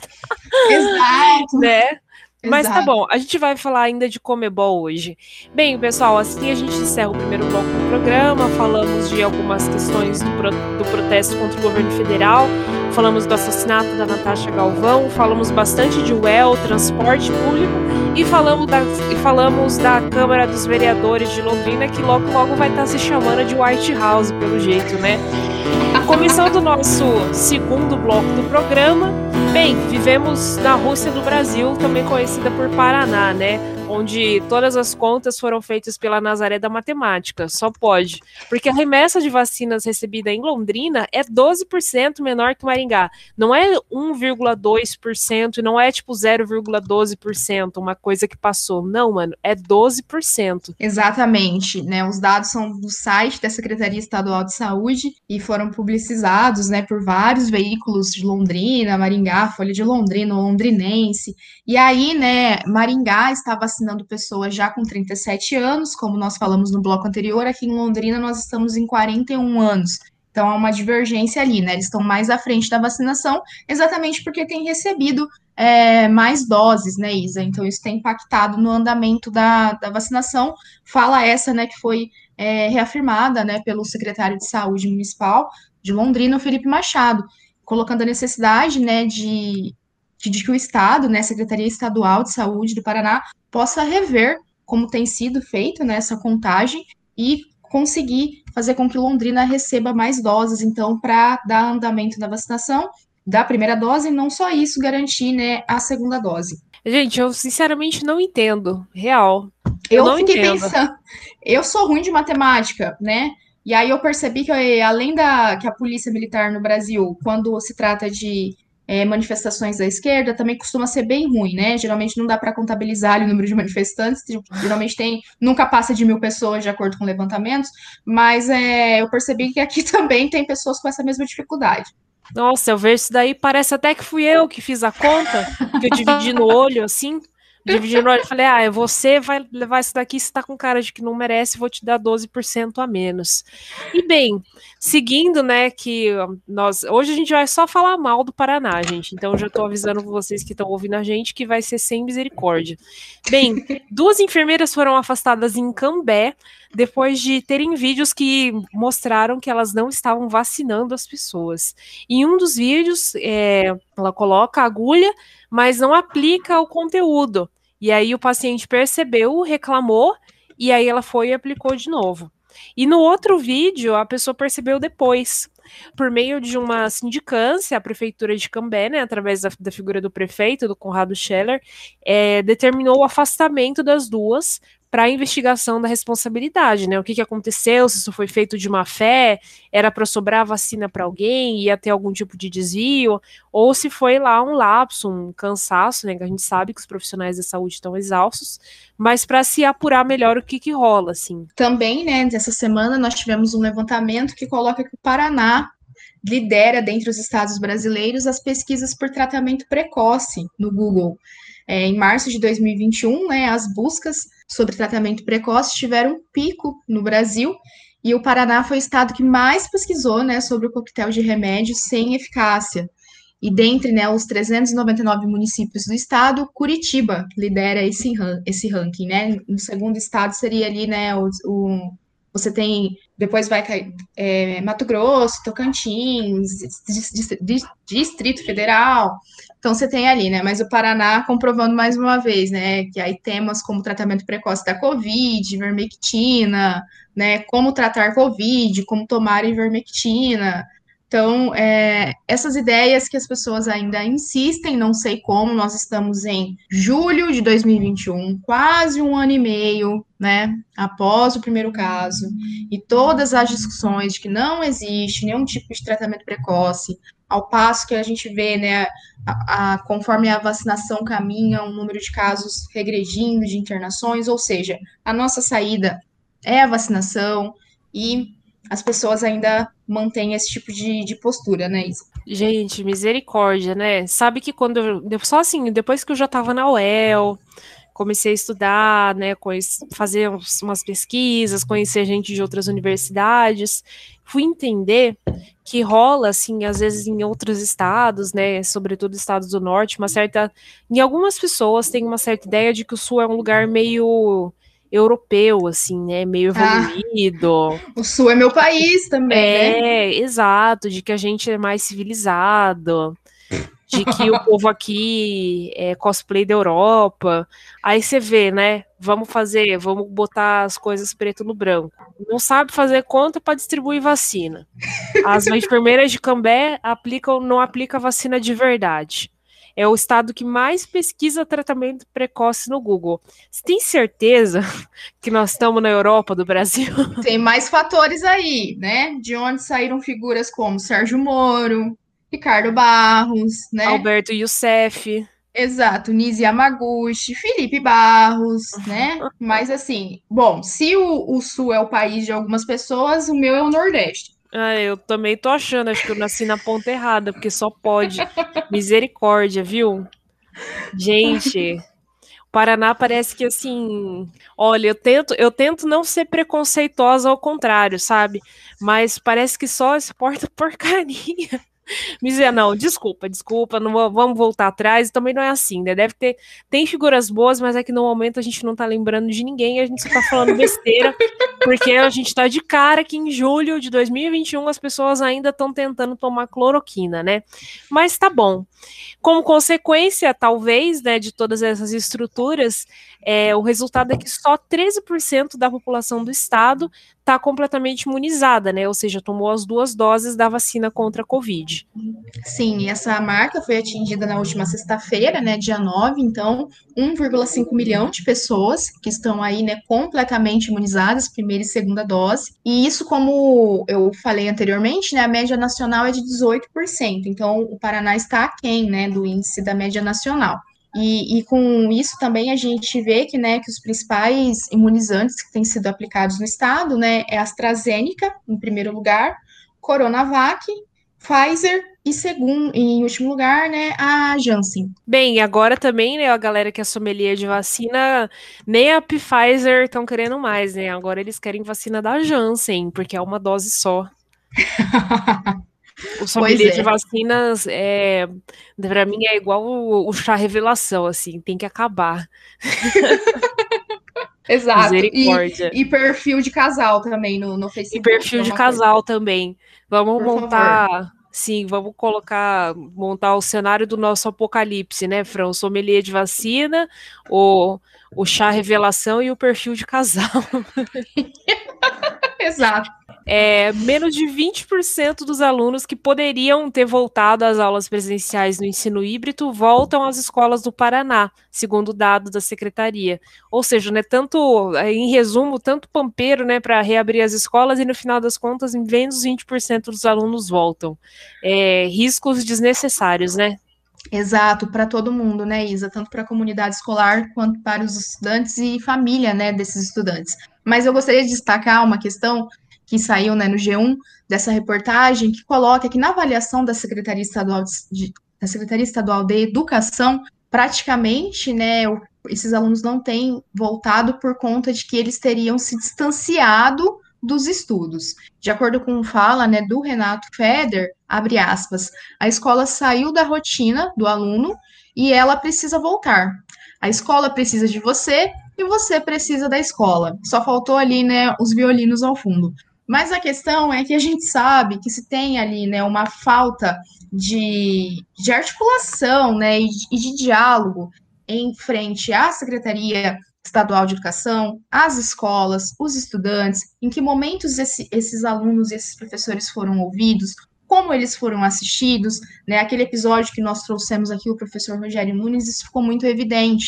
Exato, né? Mas tá exato. bom, a gente vai falar ainda de Comebol hoje. Bem, pessoal, assim a gente encerra o primeiro bloco do programa. Falamos de algumas questões do, pro, do protesto contra o governo federal, falamos do assassinato da Natasha Galvão, falamos bastante de U E L, transporte público, e falamos da, e falamos da Câmara dos Vereadores de Londrina, que logo logo vai estar se chamando de White House, pelo jeito, né? Começando o nosso segundo bloco do programa, bem, vivemos na Rússia do Brasil, também conhecida por Paraná, né? Onde todas as contas foram feitas pela Nazaré da Matemática, só pode. Porque a remessa de vacinas recebida em Londrina é doze por cento menor que Maringá. Não é um vírgula dois por cento e não é tipo zero vírgula doze por cento, uma coisa que passou. Não, mano, é doze por cento. Exatamente, né? Os dados são do site da Secretaria Estadual de Saúde e foram publicizados, né, por vários veículos de Londrina, Maringá, Folha de Londrina, Londrinense. E aí, né, Maringá está vacinando pessoas já com trinta e sete anos, como nós falamos no bloco anterior, aqui em Londrina nós estamos em quarenta e um anos. Então há uma divergência ali, né? Eles estão mais à frente da vacinação, exatamente porque têm recebido é, mais doses, né, Isa? Então isso tem impactado no andamento da, da vacinação. Fala essa, né, que foi é, reafirmada, né, pelo secretário de Saúde Municipal de Londrina, o Felipe Machado, colocando a necessidade, né, de, de, de que o Estado, né, a Secretaria Estadual de Saúde do Paraná, possa rever como tem sido feito, né, essa contagem e conseguir fazer com que Londrina receba mais doses, então, para dar andamento na vacinação da primeira dose, e não só isso, garantir, né, a segunda dose. Gente, eu sinceramente não entendo. Real. Eu Eu não fiquei entendo. pensando, eu sou ruim de matemática, né? E aí eu percebi que, além da que a polícia militar no Brasil, quando se trata de é, manifestações da esquerda, também costuma ser bem ruim, né? Geralmente não dá para contabilizar ali o número de manifestantes, geralmente tem, nunca passa de mil pessoas, de acordo com levantamentos, mas é, eu percebi que aqui também tem pessoas com essa mesma dificuldade. Nossa, eu vejo isso daí, parece até que fui eu que fiz a conta, que eu dividi no olho, assim, dividi no olho, falei, ah, você vai levar isso daqui, você tá com cara de que não merece, vou te dar doze por cento a menos. E bem, seguindo, né, que nós, hoje a gente vai só falar mal do Paraná, gente, então eu já tô avisando vocês que estão ouvindo a gente que vai ser sem misericórdia. Bem, duas enfermeiras foram afastadas em Cambé, depois de terem vídeos que mostraram que elas não estavam vacinando as pessoas. Em um dos vídeos, é, ela coloca a agulha, mas não aplica o conteúdo. E aí o paciente percebeu, reclamou, e aí ela foi e aplicou de novo. E no outro vídeo, a pessoa percebeu depois. por meio de uma sindicância, a prefeitura de Cambé, né, através da, da figura do prefeito, do Conrado Scheller, é, determinou o afastamento das duas para a investigação da responsabilidade, né? O que, que aconteceu, se isso foi feito de má fé, era para sobrar vacina para alguém, ia ter algum tipo de desvio, ou se foi lá um lapso, um cansaço, né? Que a gente sabe que os profissionais da saúde estão exaustos, mas para se apurar melhor o que, que rola, assim. Também, né, essa semana nós tivemos um levantamento que coloca que o Paraná lidera dentre os estados brasileiros as pesquisas por tratamento precoce no Google. É, em março de dois mil e vinte e um, né, as buscas sobre tratamento precoce tiveram um pico no Brasil e o Paraná foi o estado que mais pesquisou, né, sobre o coquetel de remédios sem eficácia. E dentre, né, os trezentos e noventa e nove municípios do estado, Curitiba lidera esse, esse ranking, né? No segundo estado seria ali, né, o, o você tem, depois vai cair é, Mato Grosso, Tocantins, Distrito Federal, então você tem ali, né, mas o Paraná comprovando mais uma vez, né, que aí temas como tratamento precoce da Covid, ivermectina, né, como tratar Covid, como tomar ivermectina. Então, é, essas ideias que as pessoas ainda insistem, não sei como, nós estamos em julho de dois mil e vinte e um, quase um ano e meio, né, após o primeiro caso, e todas as discussões de que não existe nenhum tipo de tratamento precoce, ao passo que a gente vê, né, a, a, conforme a vacinação caminha, um número de casos regredindo, de internações, ou seja, a nossa saída é a vacinação e as pessoas ainda mantêm esse tipo de, de postura, né, Isa? Gente, misericórdia, né? Sabe que quando eu, só assim, depois que eu já tava na U E L, comecei a estudar, né, fazer umas pesquisas, conhecer gente de outras universidades, fui entender que rola, assim, às vezes em outros estados, né, sobretudo estados do norte, uma certa, em algumas pessoas tem uma certa ideia de que o sul é um lugar meio europeu, assim, né, meio evoluído. Ah, o sul é meu país também, é, né? É, exato, de que a gente é mais civilizado, de que o povo aqui é cosplay da Europa. Aí você vê, né, vamos fazer, vamos botar as coisas preto no branco. Não sabe fazer conta para distribuir vacina. As enfermeiras de Cambé aplicam, não aplicam vacina de verdade. É o estado que mais pesquisa tratamento precoce no Google. Você tem certeza que nós estamos na Europa do Brasil? Tem mais fatores aí, né? De onde saíram figuras como Sérgio Moro, Ricardo Barros, né? Alberto Youssef. Exato, Nise Yamaguchi, Felipe Barros, né? Mas assim, bom, se o, o Sul é o país de algumas pessoas, o meu é o Nordeste. Ah, eu também tô achando, acho que eu nasci na ponta errada, porque só pode. Misericórdia, viu? Gente, o Paraná parece que assim, olha, eu tento, eu tento não ser preconceituosa ao contrário, sabe? Mas parece que só exporta porcaria. Miser, não, desculpa, desculpa, não vamos voltar atrás, também não é assim, né? Deve ter, tem figuras boas, mas é que no momento a gente não tá lembrando de ninguém, a gente só tá falando besteira, porque a gente tá de cara que em julho de dois mil e vinte e um as pessoas ainda estão tentando tomar cloroquina, né? Mas tá bom. Como consequência, talvez, né, de todas essas estruturas, é, o resultado é que só treze por cento da população do estado está completamente imunizada, né? Ou seja, tomou as duas doses da vacina contra a Covid. Sim, essa marca foi atingida na última sexta-feira, né, dia nove, então um vírgula cinco milhão de pessoas que estão aí, né, completamente imunizadas, primeira e segunda dose. E isso, como eu falei anteriormente, né, a média nacional é de dezoito por cento. Então, o Paraná está aquém, né, do índice da média nacional. E, e, com isso também a gente vê que, né, que os principais imunizantes que têm sido aplicados no estado, né, é a AstraZeneca, em primeiro lugar, Coronavac, Pfizer e, segundo, em último lugar, né, a Janssen. Bem, e agora também, né, a galera que é sommelier de vacina, nem a Pfizer estão querendo mais, né? Agora eles querem vacina da Janssen, porque é uma dose só. O sommelier é. de vacinas, é, pra mim, é igual o, o chá revelação, assim, tem que acabar. Exato. Misericórdia. E, e perfil de casal também no, no Facebook. E perfil de casal coisa. Também. Vamos Por montar... Favor. Sim, vamos colocar, montar o cenário do nosso apocalipse, né, Fran? O sommelier de vacina, o, o chá revelação e o perfil de casal. Exato. é, menos de vinte por cento dos alunos que poderiam ter voltado às aulas presenciais no ensino híbrido voltam às escolas do Paraná, segundo dados da secretaria. Ou seja, né, tanto, em resumo, tanto pampeiro, né, para reabrir as escolas e no final das contas, em menos vinte por cento dos alunos voltam. É, riscos desnecessários, né? Exato, para todo mundo, né, Isa? Tanto para a comunidade escolar quanto para os estudantes e família, né, desses estudantes. Mas eu gostaria de destacar uma questão que saiu, né, no G um dessa reportagem, que coloca que na avaliação da Secretaria Estadual de, da Secretaria Estadual de Educação, praticamente, né, esses alunos não têm voltado por conta de que eles teriam se distanciado dos estudos. De acordo com fala, né, do Renato Feder, abre aspas, a escola saiu da rotina do aluno e ela precisa voltar. A escola precisa de você e você precisa da escola. Só faltou ali, né, os violinos ao fundo. Mas a questão é que a gente sabe que se tem ali, né, uma falta de, de articulação, né, e de, e de diálogo em frente à Secretaria Estadual de Educação, as escolas, os estudantes, em que momentos esse, esses alunos e esses professores foram ouvidos, como eles foram assistidos, né? Aquele episódio que nós trouxemos aqui, o professor Rogério Nunes, isso ficou muito evidente.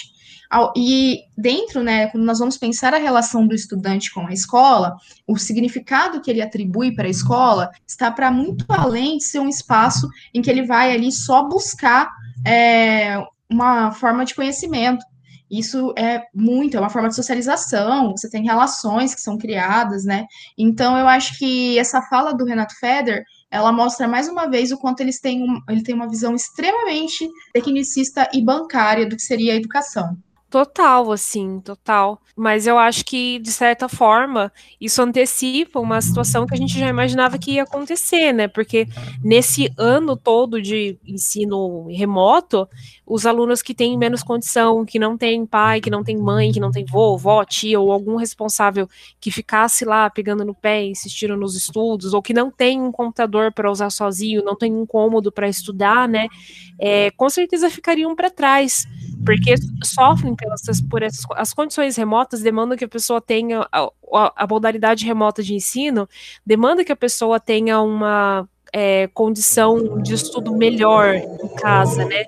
E dentro, né, quando nós vamos pensar a relação do estudante com a escola, o significado que ele atribui para a escola está para muito além de ser um espaço em que ele vai ali só buscar é, uma forma de conhecimento. Isso é muito, é uma forma de socialização, você tem relações que são criadas, né? Então, eu acho que essa fala do Renato Feder, ela mostra mais uma vez o quanto eles têm um, ele tem uma visão extremamente tecnicista e bancária do que seria a educação. Total, assim, total. Mas eu acho que, de certa forma, isso antecipa uma situação que a gente já imaginava que ia acontecer, né? Porque nesse ano todo de ensino remoto, os alunos que têm menos condição, que não têm pai, que não têm mãe, que não têm vovó, tia ou algum responsável que ficasse lá pegando no pé, insistindo nos estudos, ou que não tem um computador para usar sozinho, não tem um cômodo para estudar, né? É, com certeza ficariam para trás, porque sofrem pelas, por essas as condições remotas, demandam que a pessoa tenha a, a, a modalidade remota de ensino, demanda que a pessoa tenha uma é, condição de estudo melhor em casa, né?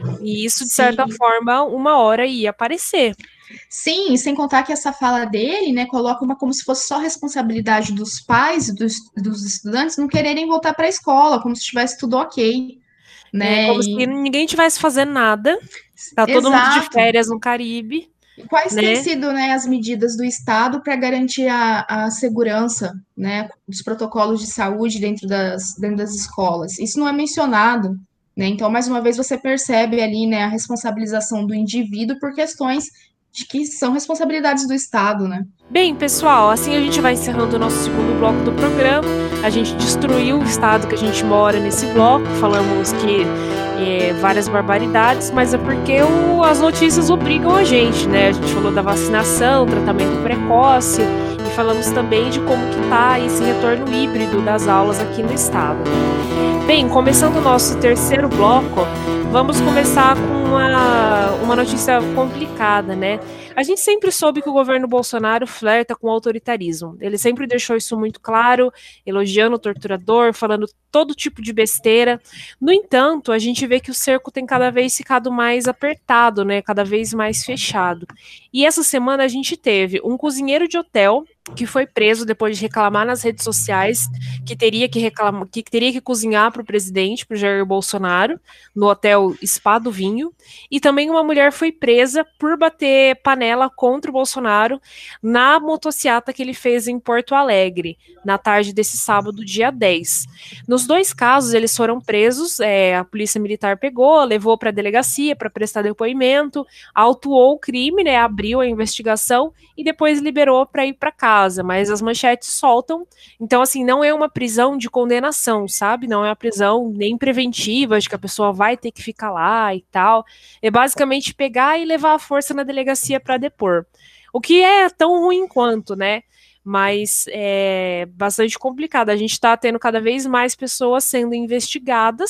E isso, de certa Sim. forma, uma hora ia aparecer. Sim, e sem contar que essa fala dele, né, coloca uma como se fosse só responsabilidade dos pais e dos, dos estudantes não quererem voltar para a escola, como se tivesse tudo ok, É né? como se E... ninguém tivesse fazendo nada, tá todo mundo de Exato. férias no Caribe. E quais né? têm sido, né, as medidas do Estado para garantir a, a segurança, né, dos protocolos de saúde dentro das, dentro das escolas? Isso não é mencionado, né? Então, mais uma vez, você percebe ali, né, a responsabilização do indivíduo por questões de que são responsabilidades do Estado, né? Bem, pessoal, assim a gente vai encerrando o nosso segundo bloco do programa. A gente destruiu o estado que a gente mora nesse bloco, falamos que é, várias barbaridades, mas é porque o, as notícias obrigam a gente, né? A gente falou da vacinação, tratamento precoce e falamos também de como que tá esse retorno híbrido das aulas aqui no estado. Bem, começando o nosso terceiro bloco, vamos começar com uma, uma notícia complicada, né? A gente sempre soube que o governo Bolsonaro flerta com o autoritarismo. Ele sempre deixou isso muito claro, elogiando o torturador, falando todo tipo de besteira. No entanto, a gente vê que o cerco tem cada vez ficado mais apertado, né? Cada vez mais fechado. E essa semana a gente teve um cozinheiro de hotel que foi preso depois de reclamar nas redes sociais que teria que reclamar, que teria que cozinhar para o presidente, para o Jair Bolsonaro, no hotel Spa do Vinho. E também uma mulher foi presa por bater panela contra o Bolsonaro na motociata que ele fez em Porto Alegre, na tarde desse sábado, dia dez. Nos dois casos, eles foram presos, é, a polícia militar pegou, levou para a delegacia para prestar depoimento, autuou o crime, né, abriu a investigação e depois liberou para ir para casa, mas as manchetes soltam, então assim, não é uma prisão de condenação, sabe? Não é uma prisão nem preventiva, de que a pessoa vai ter que ficar lá e tal, é basicamente pegar e levar a força na delegacia para depor, o que é tão ruim quanto, né? Mas é bastante complicado, a gente está tendo cada vez mais pessoas sendo investigadas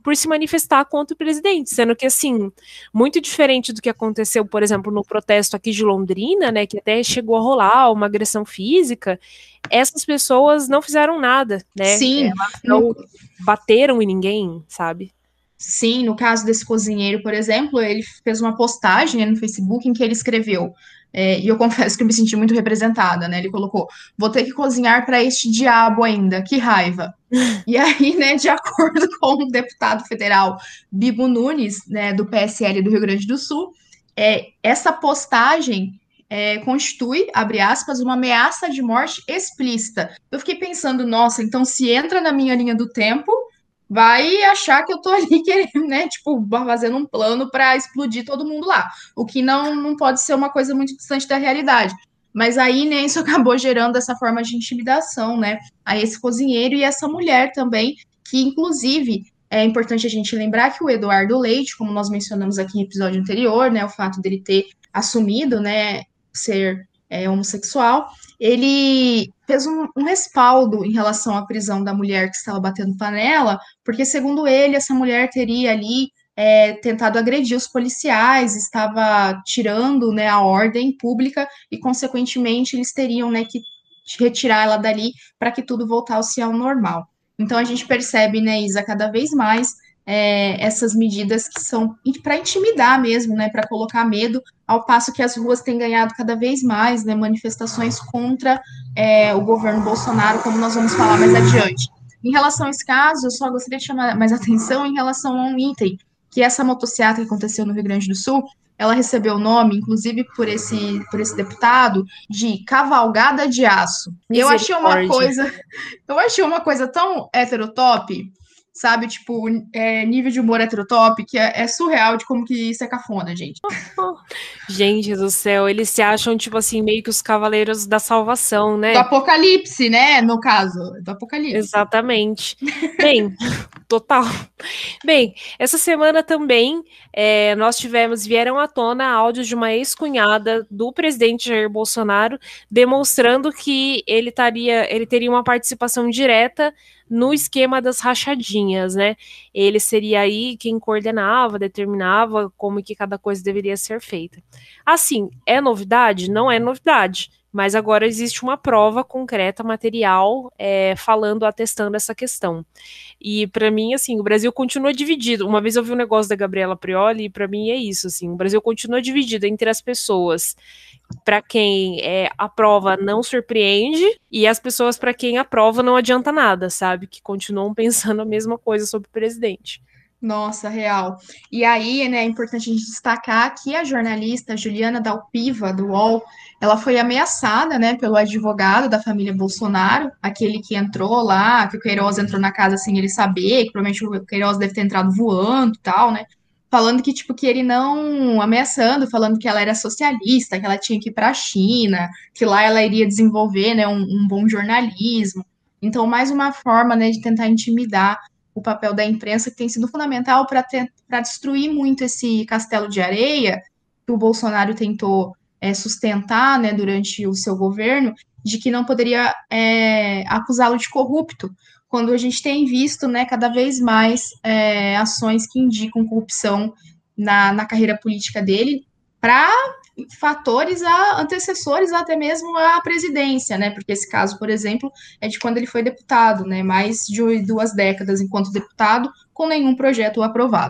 por se manifestar contra o presidente, sendo que, assim, muito diferente do que aconteceu, por exemplo, no protesto aqui de Londrina, né, que até chegou a rolar uma agressão física, essas pessoas não fizeram nada, né? Sim, Elas no, não bateram em ninguém, sabe? sim, no caso desse cozinheiro, por exemplo, ele fez uma postagem, né, no Facebook em que ele escreveu, é, e eu confesso que eu me senti muito representada, né? Ele colocou: vou ter que cozinhar para este diabo ainda, que raiva. E aí, né, de acordo com o deputado federal Bibo Nunes, né, do P S L do Rio Grande do Sul, é, essa postagem é, constitui, abre aspas, uma ameaça de morte explícita. Eu fiquei pensando, nossa, então se entra na minha linha do tempo, vai achar que eu tô ali querendo, né, tipo, fazendo um plano para explodir todo mundo lá, o que não, não pode ser uma coisa muito distante da realidade. Mas aí, né, isso acabou gerando essa forma de intimidação, né, a esse cozinheiro e essa mulher também, que inclusive é importante a gente lembrar que o Eduardo Leite, como nós mencionamos aqui no episódio anterior, né, o fato dele ter assumido, né, ser é, homossexual, ele fez um, um respaldo em relação à prisão da mulher que estava batendo panela, porque, segundo ele, essa mulher teria ali é, tentado agredir os policiais, estava tirando, né, a ordem pública e, consequentemente, eles teriam, né, que retirar ela dali para que tudo voltasse ao normal. Então, a gente percebe, né, Isa, cada vez mais é, essas medidas que são para intimidar mesmo, né, para colocar medo, ao passo que as ruas têm ganhado cada vez mais, né, manifestações contra é, o governo Bolsonaro, como nós vamos falar mais adiante. Em relação a esse caso, eu só gostaria de chamar mais atenção em relação a um item, que essa motociata que aconteceu no Rio Grande do Sul, ela recebeu o nome, inclusive por esse, por esse deputado, de cavalgada de aço. Eu achei uma coisa, eu achei uma coisa tão heterotop, sabe? Tipo, é, nível de humor heterotop, que é, é surreal de como que isso é cafona, gente. Gente do céu, eles se acham, tipo assim, meio que os cavaleiros da salvação, né? Do apocalipse, né? No caso, do apocalipse. Exatamente. Bem, total. Bem, essa semana também é, nós tivemos, vieram à tona áudios de uma ex-cunhada do presidente Jair Bolsonaro demonstrando que ele, taria, ele teria uma participação direta no esquema das rachadinhas, né? Ele seria aí quem coordenava, determinava como que cada coisa deveria ser feita. Assim, é novidade? Não é novidade. Mas agora existe uma prova concreta, material, é, falando, atestando essa questão. E para mim, assim, o Brasil continua dividido. Uma vez eu vi um negócio da Gabriela Prioli e para mim é isso, assim, o Brasil continua dividido entre as pessoas para quem é, a prova não surpreende e as pessoas para quem a prova não adianta nada, sabe? Que continuam pensando a mesma coisa sobre o presidente. Nossa, real. E aí, né, é importante a gente destacar que a jornalista Juliana Dalpiva, do U O L, ela foi ameaçada, né, pelo advogado da família Bolsonaro, aquele que entrou lá, que o Queiroz entrou na casa sem ele saber, que provavelmente o Queiroz deve ter entrado voando e tal, né, falando que, tipo, que ele não, ameaçando, falando que ela era socialista, que ela tinha que ir para a China, que lá ela iria desenvolver, né, um, um bom jornalismo. Então, mais uma forma, né, de tentar intimidar o papel da imprensa, que tem sido fundamental para destruir muito esse castelo de areia que o Bolsonaro tentou é, sustentar, né, durante o seu governo, de que não poderia é, acusá-lo de corrupto, quando a gente tem visto, né, cada vez mais é, ações que indicam corrupção na, na carreira política dele, para fatores a, antecessores até mesmo à presidência, né? Porque esse caso, por exemplo, é de quando ele foi deputado, né? Mais de duas décadas enquanto deputado, com nenhum projeto aprovado.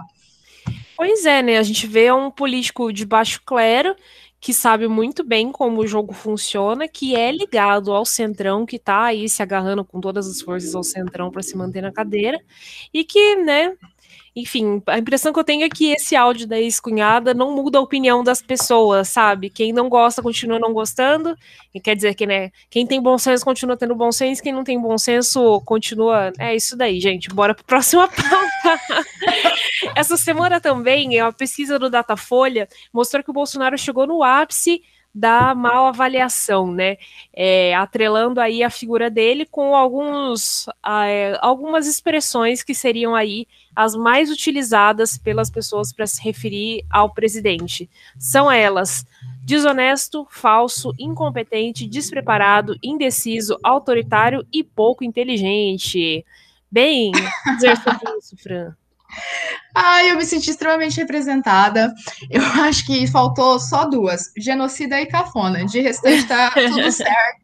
Pois é, né? A gente vê um político de baixo clero que sabe muito bem como o jogo funciona, que é ligado ao Centrão, que tá aí se agarrando com todas as forças ao Centrão para se manter na cadeira, e que, né, enfim, a impressão que eu tenho é que esse áudio da ex-cunhada não muda a opinião das pessoas, sabe? Quem não gosta continua não gostando, e quer dizer que, né, quem tem bom senso continua tendo bom senso, quem não tem bom senso continua... É isso daí, gente, bora pro próximo pauta. Essa semana também, a pesquisa do Datafolha mostrou que o Bolsonaro chegou no ápice da mal avaliação, né? É, atrelando aí a figura dele com alguns, é, algumas expressões que seriam aí as mais utilizadas pelas pessoas para se referir ao presidente. São elas: desonesto, falso, incompetente, despreparado, indeciso, autoritário e pouco inteligente. Bem, o que dizer sobre isso, Fran? Ai, eu me senti extremamente representada. Eu acho que faltou só duas: genocida e cafona. De restante tá tudo certo,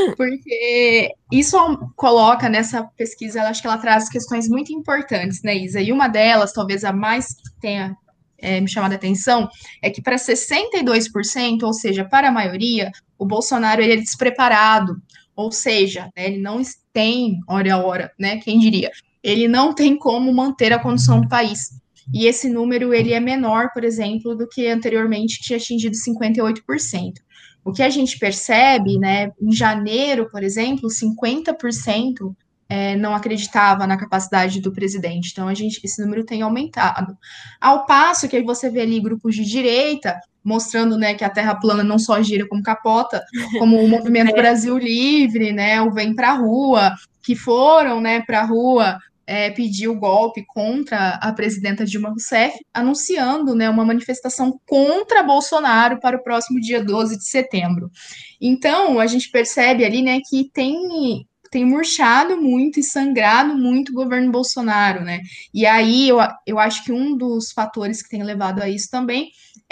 porque isso coloca nessa pesquisa, eu acho que ela traz questões muito importantes, né, Isa? E uma delas, talvez a mais que tenha é, me chamado a atenção, é que para sessenta e dois por cento, ou seja, para a maioria, o Bolsonaro ele é despreparado, ou seja, né, ele não tem, hora a hora, né, quem diria, ele não tem como manter a condução do país. E esse número ele é menor, por exemplo, do que anteriormente, que tinha atingido cinquenta e oito por cento. O que a gente percebe, né, em janeiro, por exemplo, cinquenta por cento é, não acreditava na capacidade do presidente. Então, a gente, esse número tem aumentado. Ao passo que aí você vê ali grupos de direita mostrando, né, que a Terra plana não só gira como capota, como o Movimento É. Brasil Livre, né, o Vem Pra Rua, que foram, né, para a rua é, pedir o golpe contra a presidenta Dilma Rousseff, anunciando, né, uma manifestação contra Bolsonaro para o próximo dia doze de setembro. Então, a gente percebe ali, né, que tem tem murchado muito e sangrado muito o governo Bolsonaro, né? E aí eu, eu acho que um dos fatores que tem levado a isso também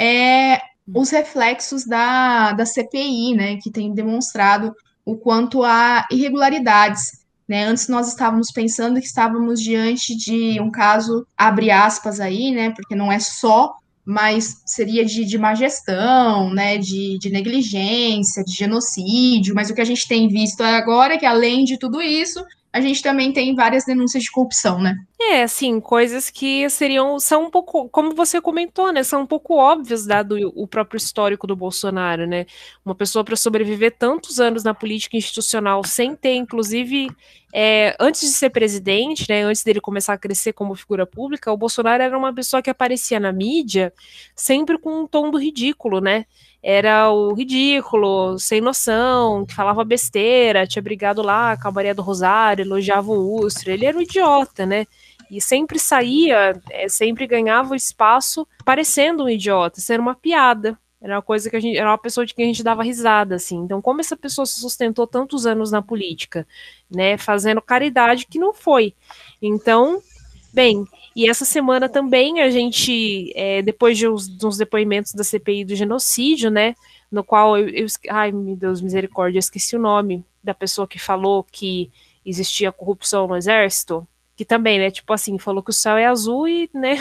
é os reflexos da, da C P I, né? Que tem demonstrado o quanto há irregularidades. Né? Antes nós estávamos pensando que estávamos diante de um caso, abre aspas aí, né? Porque não é só, mas seria de, de má gestão, né? De, de negligência, de genocídio. Mas o que a gente tem visto agora é que, além de tudo isso, a gente também tem várias denúncias de corrupção, né? É, assim, coisas que seriam, são um pouco, como você comentou, né, são um pouco óbvias, dado o próprio histórico do Bolsonaro, né, uma pessoa para sobreviver tantos anos na política institucional, sem ter, inclusive, é, antes de ser presidente, né, antes dele começar a crescer como figura pública, o Bolsonaro era uma pessoa que aparecia na mídia sempre com um tom do ridículo, né, era o ridículo, sem noção, que falava besteira, tinha brigado lá com a Maria do Rosário, elogiava o Ustra, ele era um idiota, né, e sempre saía, é, sempre ganhava espaço parecendo um idiota, sendo uma piada. Era uma coisa que a gente, era uma pessoa de quem a gente dava risada, assim. Então, como essa pessoa se sustentou tantos anos na política, né, fazendo caridade que não foi. Então, bem, e essa semana também a gente, é, depois de uns, de uns depoimentos da C P I do genocídio, né, no qual eu, eu, ai, meu Deus, misericórdia, eu esqueci o nome da pessoa que falou que existia corrupção no exército, que também, né, tipo assim, falou que o céu é azul e, né.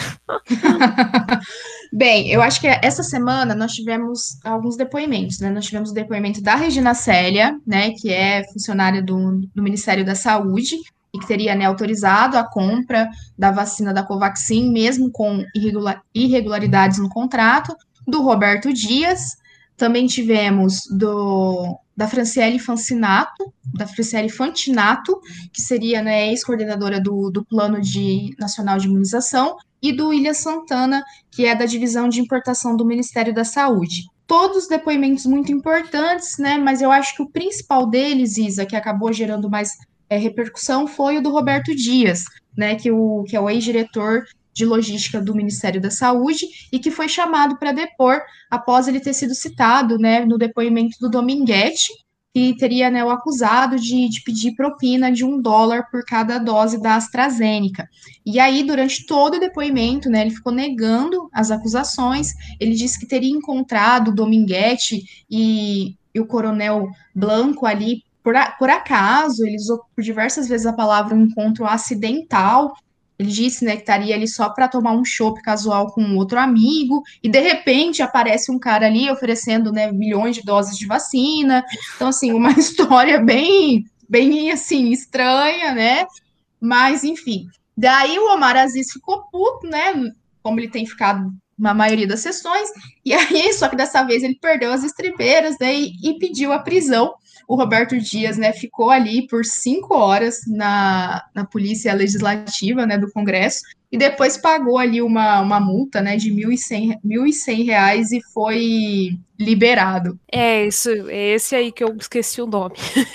Bem, eu acho que essa semana nós tivemos alguns depoimentos, né? Nós tivemos o depoimento da Regina Célia, né, que é funcionária do, do Ministério da Saúde e que teria, né, autorizado a compra da vacina da Covaxin, mesmo com irregular, irregularidades no contrato, do Roberto Dias. Também tivemos do, da Franciele Fancinato, da Franciele Fantinato, que seria, né, ex-coordenadora do, do Plano de, Nacional de Imunização, e do William Santana, que é da divisão de importação do Ministério da Saúde. Todos depoimentos muito importantes, né? Mas eu acho que o principal deles, Isa, que acabou gerando mais é, repercussão, foi o do Roberto Dias, né? Que, o, que é o ex-diretor de logística do Ministério da Saúde e que foi chamado para depor após ele ter sido citado, né, no depoimento do Dominguete, que teria, né, o acusado de, de pedir propina de um dólar por cada dose da AstraZeneca. E aí, durante todo o depoimento, né, ele ficou negando as acusações, ele disse que teria encontrado o Dominguete e, e o coronel Blanco ali por, por acaso, ele usou por diversas vezes a palavra um encontro acidental. Ele disse, né, que estaria ali só para tomar um chopp casual com um outro amigo, e de repente aparece um cara ali oferecendo, né, milhões de doses de vacina. Então, assim, uma história bem, bem assim, estranha, né? Mas, enfim. Daí o Omar Aziz ficou puto, né? Como ele tem ficado na maioria das sessões, e aí, só que dessa vez ele perdeu as estribeiras, né? E, e pediu a prisão. O Roberto Dias, né, ficou ali por cinco horas na, na Polícia Legislativa, né, do Congresso, e depois pagou ali uma, uma multa, né, de mil e cem reais e foi liberado. É, isso, é esse aí que eu esqueci o nome.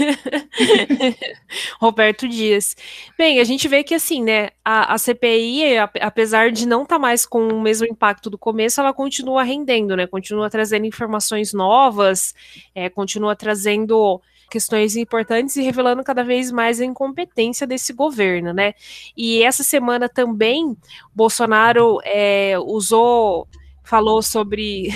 Roberto Dias. Bem, a gente vê que assim, né, a, a C P I, a, apesar de não estar tá mais com o mesmo impacto do começo, ela continua rendendo, né, continua trazendo informações novas, é, continua trazendo questões importantes e revelando cada vez mais a incompetência desse governo, né, e essa semana também, Bolsonaro é, usou, falou sobre...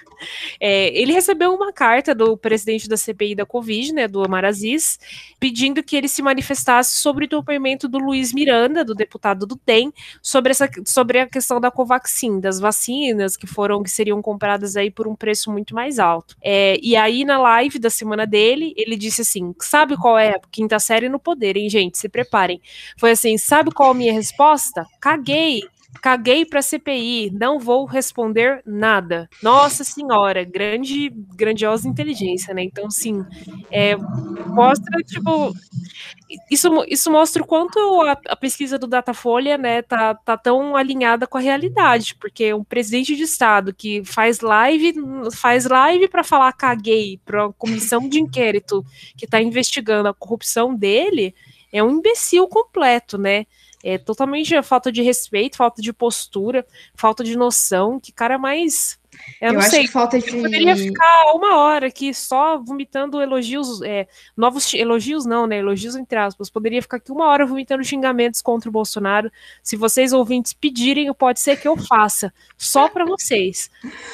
É, ele recebeu uma carta do presidente da C P I da Covid, né, do Omar Aziz, pedindo que ele se manifestasse sobre o depoimento do Luiz Miranda, do deputado do D E M, sobre, essa, sobre a questão da Covaxin, das vacinas que foram, que seriam compradas aí por um preço muito mais alto. É, e aí, na live da semana dele, ele disse assim, sabe qual é a quinta série no poder, hein, gente? Se preparem. Foi assim, sabe qual a minha resposta? Caguei. Caguei pra C P I, não vou responder nada. Nossa senhora, grande, grandiosa inteligência, né? Então, assim, é, mostra, tipo, isso, isso mostra o quanto a, a pesquisa do Datafolha, né, tá, tá tão alinhada com a realidade, porque um presidente de Estado que faz live, faz live para falar caguei para uma comissão de inquérito que tá investigando a corrupção dele, é um imbecil completo, né? É totalmente a falta de respeito, falta de postura, falta de noção. Que cara mais... Eu, eu não acho sei, que falta de... eu poderia ficar uma hora aqui só vomitando elogios, é, novos elogios não, né, elogios entre aspas, poderia ficar aqui uma hora vomitando xingamentos contra o Bolsonaro. Se vocês ouvintes pedirem, pode ser que eu faça, só para vocês.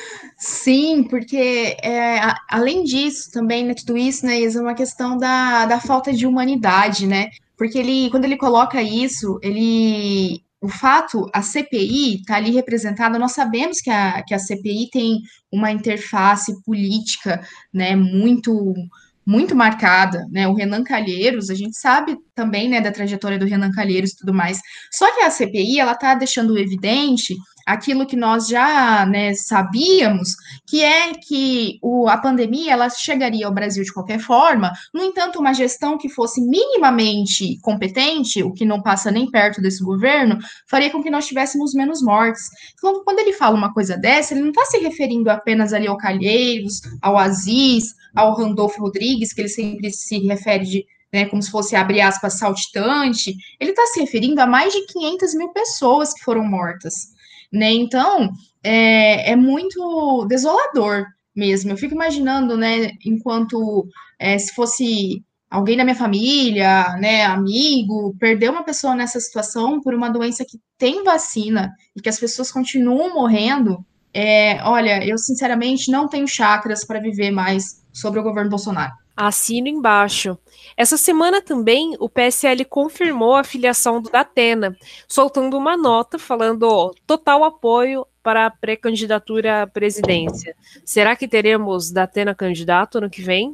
Sim, porque é, a, além disso, também, né, tudo isso, né, Isa, é uma questão da, da falta de humanidade, né? Porque ele, quando ele coloca isso, ele, o fato, a C P I está ali representada, nós sabemos que a, que a C P I tem uma interface política, né, muito muito marcada, né? O Renan Calheiros, a gente sabe também, né, da trajetória do Renan Calheiros e tudo mais. Só que a C P I, ela está deixando evidente aquilo que nós já, né, sabíamos, que é que o, a pandemia ela chegaria ao Brasil de qualquer forma. No entanto, uma gestão que fosse minimamente competente, o que não passa nem perto desse governo, faria com que nós tivéssemos menos mortes. Então, quando ele fala uma coisa dessa, ele não está se referindo apenas ali ao Calheiros, ao Aziz, ao Randolfo Rodrigues, que ele sempre se refere de, né, como se fosse, abre aspas, saltitante. Ele está se referindo a mais de quinhentas mil pessoas que foram mortas. Né? Então, é, é muito desolador mesmo. Eu fico imaginando, né, enquanto é, se fosse alguém da minha família, né, amigo, perder uma pessoa nessa situação por uma doença que tem vacina e que as pessoas continuam morrendo, é, olha, eu sinceramente não tenho chakras para viver mais sobre o governo Bolsonaro. Assino embaixo. Essa semana também o P S L confirmou a filiação do Datena, soltando uma nota falando total apoio para a pré-candidatura à presidência. Será que teremos Datena candidato ano que vem?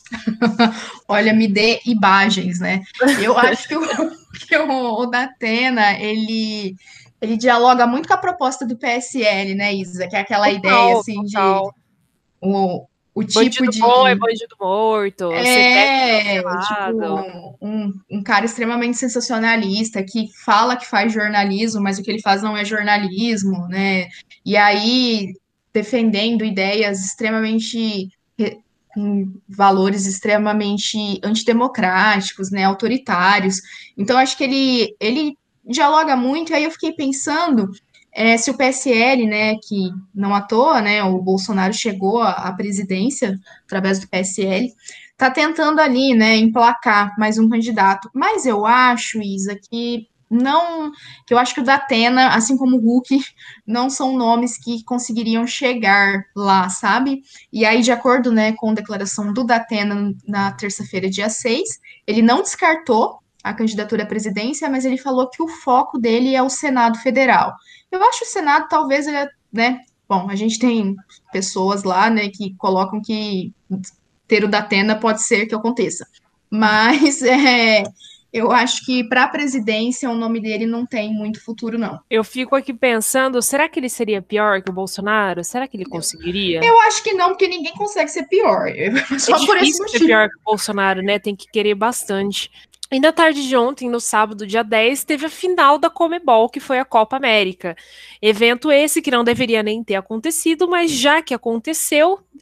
Olha, me dê imagens, né? Eu acho que o, que o, o Datena, ele, ele dialoga muito com a proposta do P S L, né, Isa? Que é aquela Total, ideia, assim, total. de... O, o tipo bandido de... bom é bandido morto, É, tipo, um, um cara extremamente sensacionalista que fala que faz jornalismo, mas o que ele faz não é jornalismo, né? E aí, defendendo ideias extremamente... com valores extremamente antidemocráticos, né, autoritários. Então, acho que ele, ele dialoga muito, e aí eu fiquei pensando é, se o P S L, né, que não à toa, né, o Bolsonaro chegou à presidência através do P S L, está tentando ali, né, emplacar mais um candidato. Mas eu acho, Isa, que não, que eu acho que o Datena, assim como o Huck, não são nomes que conseguiriam chegar lá, sabe? E aí, de acordo, né, com a declaração do Datena na terça-feira, dia seis, ele não descartou a candidatura à presidência, mas ele falou que o foco dele é o Senado Federal. Eu acho o Senado, talvez, ele, né, bom, a gente tem pessoas lá, né, que colocam que ter o Datena pode ser que aconteça. Mas, é, eu acho que para a presidência o nome dele não tem muito futuro, não. Eu fico aqui pensando, será que ele seria pior que o Bolsonaro? Será que ele conseguiria? Eu acho que não, porque ninguém consegue ser pior. Só é por esse difícil motivo. ser pior que o Bolsonaro, né? Tem que querer bastante. E na tarde de ontem, no sábado, dia dez, teve a final da Comebol, que foi a Copa América. Evento esse que não deveria nem ter acontecido, mas já que aconteceu,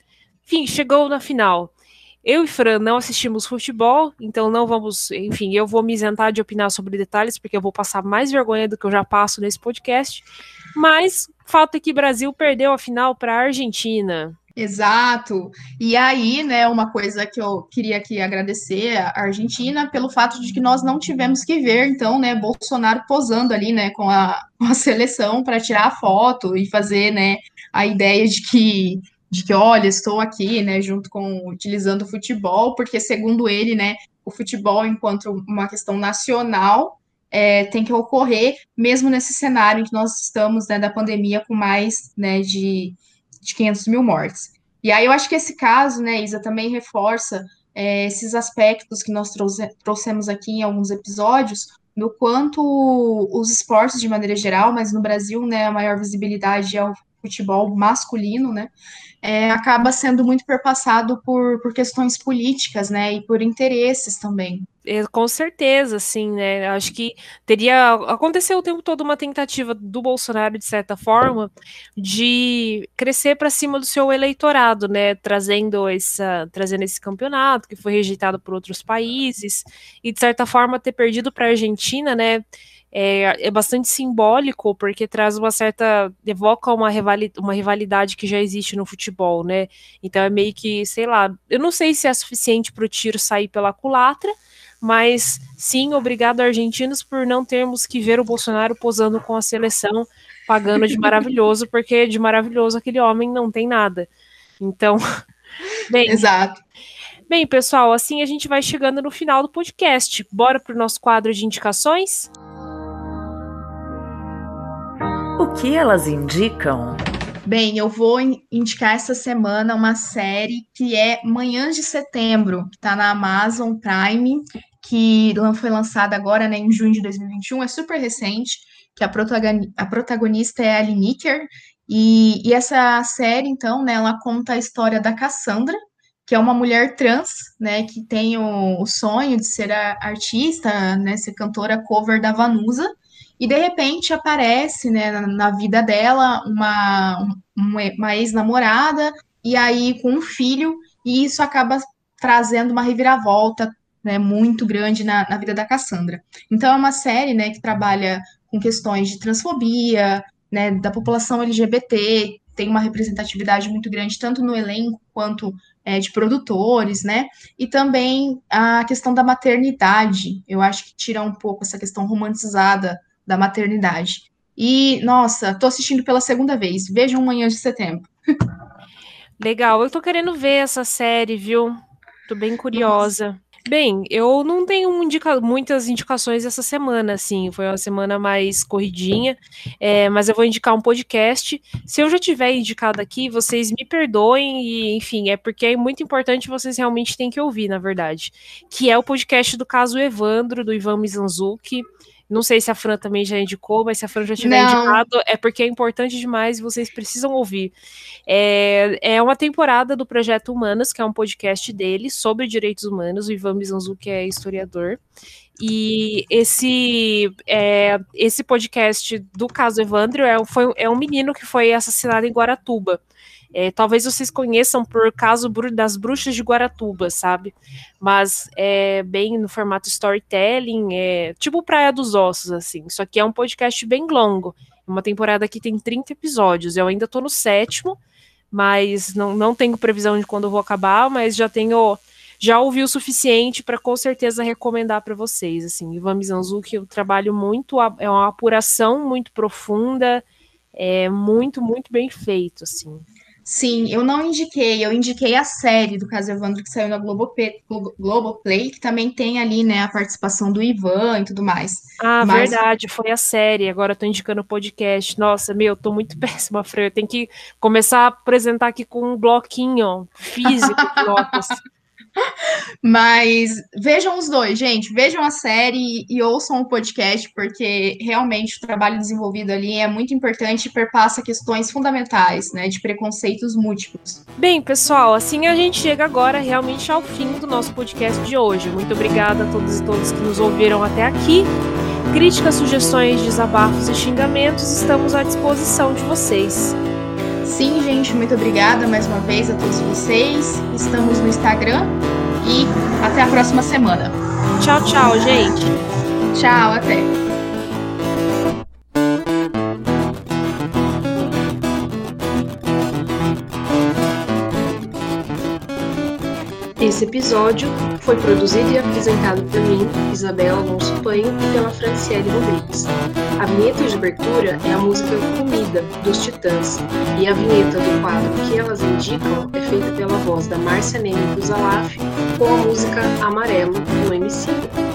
Enfim, chegou na final. Eu e Fran não assistimos futebol, então não vamos, enfim, eu vou me isentar de opinar sobre detalhes, porque eu vou passar mais vergonha do que eu já passo nesse podcast. Mas fato é que o Brasil perdeu a final para a Argentina. Exato. E aí, né, uma coisa que eu queria aqui agradecer à Argentina pelo fato de que nós não tivemos que ver, então, né, Bolsonaro posando ali, né, com a, com a seleção para tirar a foto e fazer, né, a ideia de que, de que, olha, estou aqui, né, junto com, utilizando o futebol, porque segundo ele, né, o futebol enquanto uma questão nacional é, tem que ocorrer, mesmo nesse cenário em que nós estamos, né, da pandemia com mais, né, de de quinhentos mil mortes. E aí eu acho que esse caso, né, Isa, também reforça é, esses aspectos que nós trouxe, trouxemos aqui em alguns episódios, no quanto os esportes de maneira geral, mas no Brasil, né, a maior visibilidade é o futebol masculino, né, é, acaba sendo muito perpassado por, por questões políticas, né, e por interesses também. É, com certeza, sim, né? Acho que teria. Aconteceu o tempo todo uma tentativa do Bolsonaro, de certa forma, de crescer para cima do seu eleitorado, né? Trazendo, essa, trazendo esse campeonato que foi rejeitado por outros países, e de certa forma ter perdido para a Argentina, né? É, é bastante simbólico, porque traz uma certa. Evoca uma, rivali, uma rivalidade que já existe no futebol, né? Então é meio que, sei lá, eu não sei se é suficiente para o tiro sair pela culatra. Mas sim, obrigado argentinos por não termos que ver o Bolsonaro posando com a seleção, pagando de maravilhoso, porque de maravilhoso aquele homem não tem nada. Então, bem, Exato. Bem, pessoal, assim a gente vai chegando no final do podcast. Bora pro nosso quadro de indicações? O que elas indicam? Bem, eu vou indicar essa semana uma série que é Manhãs de Setembro, que está na Amazon Prime, que foi lançada agora, né, em junho de dois mil e vinte e um, é super recente, que a, protagoni- a protagonista é a Ali Nicker, e, e essa série, então, né, ela conta a história da Cassandra, que é uma mulher trans, né, que tem o, o sonho de ser a artista, né, ser cantora cover da Vanusa, e de repente aparece, né, na, na vida dela uma, um- uma ex-namorada e aí com um filho, e isso acaba trazendo uma reviravolta, né, muito grande na, na vida da Cassandra. Então é uma série, né, que trabalha com questões de transfobia, né, da população L G B T, tem uma representatividade muito grande tanto no elenco quanto é, de produtores, né? E também a questão da maternidade. Eu acho que tira um pouco essa questão romantizada da maternidade. E, nossa, tô assistindo pela segunda vez. Vejam Manhã de Setembro. Legal, eu tô querendo ver essa série, viu? Tô bem curiosa. Nossa. Bem, eu não tenho indica muitas indicações essa semana, assim, foi uma semana mais corridinha, é, mas eu vou indicar um podcast. Se eu já tiver indicado aqui, vocês me perdoem, e enfim, é porque é muito importante, vocês realmente têm que ouvir, na verdade, que é o podcast do caso Evandro, do Ivan Mizanzuki. Não sei se a Fran também já indicou, mas se a Fran já tiver Não. indicado, é porque é importante demais e vocês precisam ouvir. É, é uma temporada do Projeto Humanas, que é um podcast dele sobre direitos humanos. O Ivan Mizanzuki é historiador. E esse, é, esse podcast do caso Evandro é, foi, é um menino que foi assassinado em Guaratuba. É, talvez vocês conheçam por caso das Bruxas de Guaratuba, sabe? Mas é bem no formato storytelling, é tipo Praia dos Ossos, assim. Só que é um podcast bem longo. Uma temporada que tem trinta episódios. Eu ainda tô no sétimo, mas não, não tenho previsão de quando eu vou acabar, mas já tenho... Já ouvi o suficiente para com certeza recomendar para vocês. Assim, Ivan Mizanzuki, eu trabalho muito, é uma apuração muito profunda, é muito, muito bem feito, assim. Sim, eu não indiquei, eu indiquei a série do caso Evandro que saiu na Globoplay, Globoplay, que também tem ali, né, a participação do Ivan e tudo mais. Ah, Mas... verdade, foi a série, agora eu tô indicando o podcast. Nossa, meu, eu tô muito péssima, Fran, eu tenho que começar a apresentar aqui com um bloquinho físico de notas. Mas vejam os dois, gente. Vejam a série e ouçam o podcast, porque realmente o trabalho desenvolvido ali é muito importante e perpassa questões fundamentais, né, de preconceitos múltiplos. Bem, pessoal, assim a gente chega agora realmente ao fim do nosso podcast de hoje. Muito obrigada a todos e todas que nos ouviram até aqui. Críticas, sugestões, desabafos e xingamentos estamos à disposição de vocês. Sim, gente. Muito obrigada mais uma vez a todos vocês. Estamos no Instagram e até a próxima semana. Tchau, tchau, gente. Tchau, até. Esse episódio foi produzido e apresentado por mim, Isabela Alonso Panho, e pela Franciele Rodrigues. A vinheta de abertura é a música Comida, dos Titãs, e a vinheta do quadro O que Elas Indicam é feita pela voz da Márcia Neme do Zalaf, com a música Amarelo, do Emicida.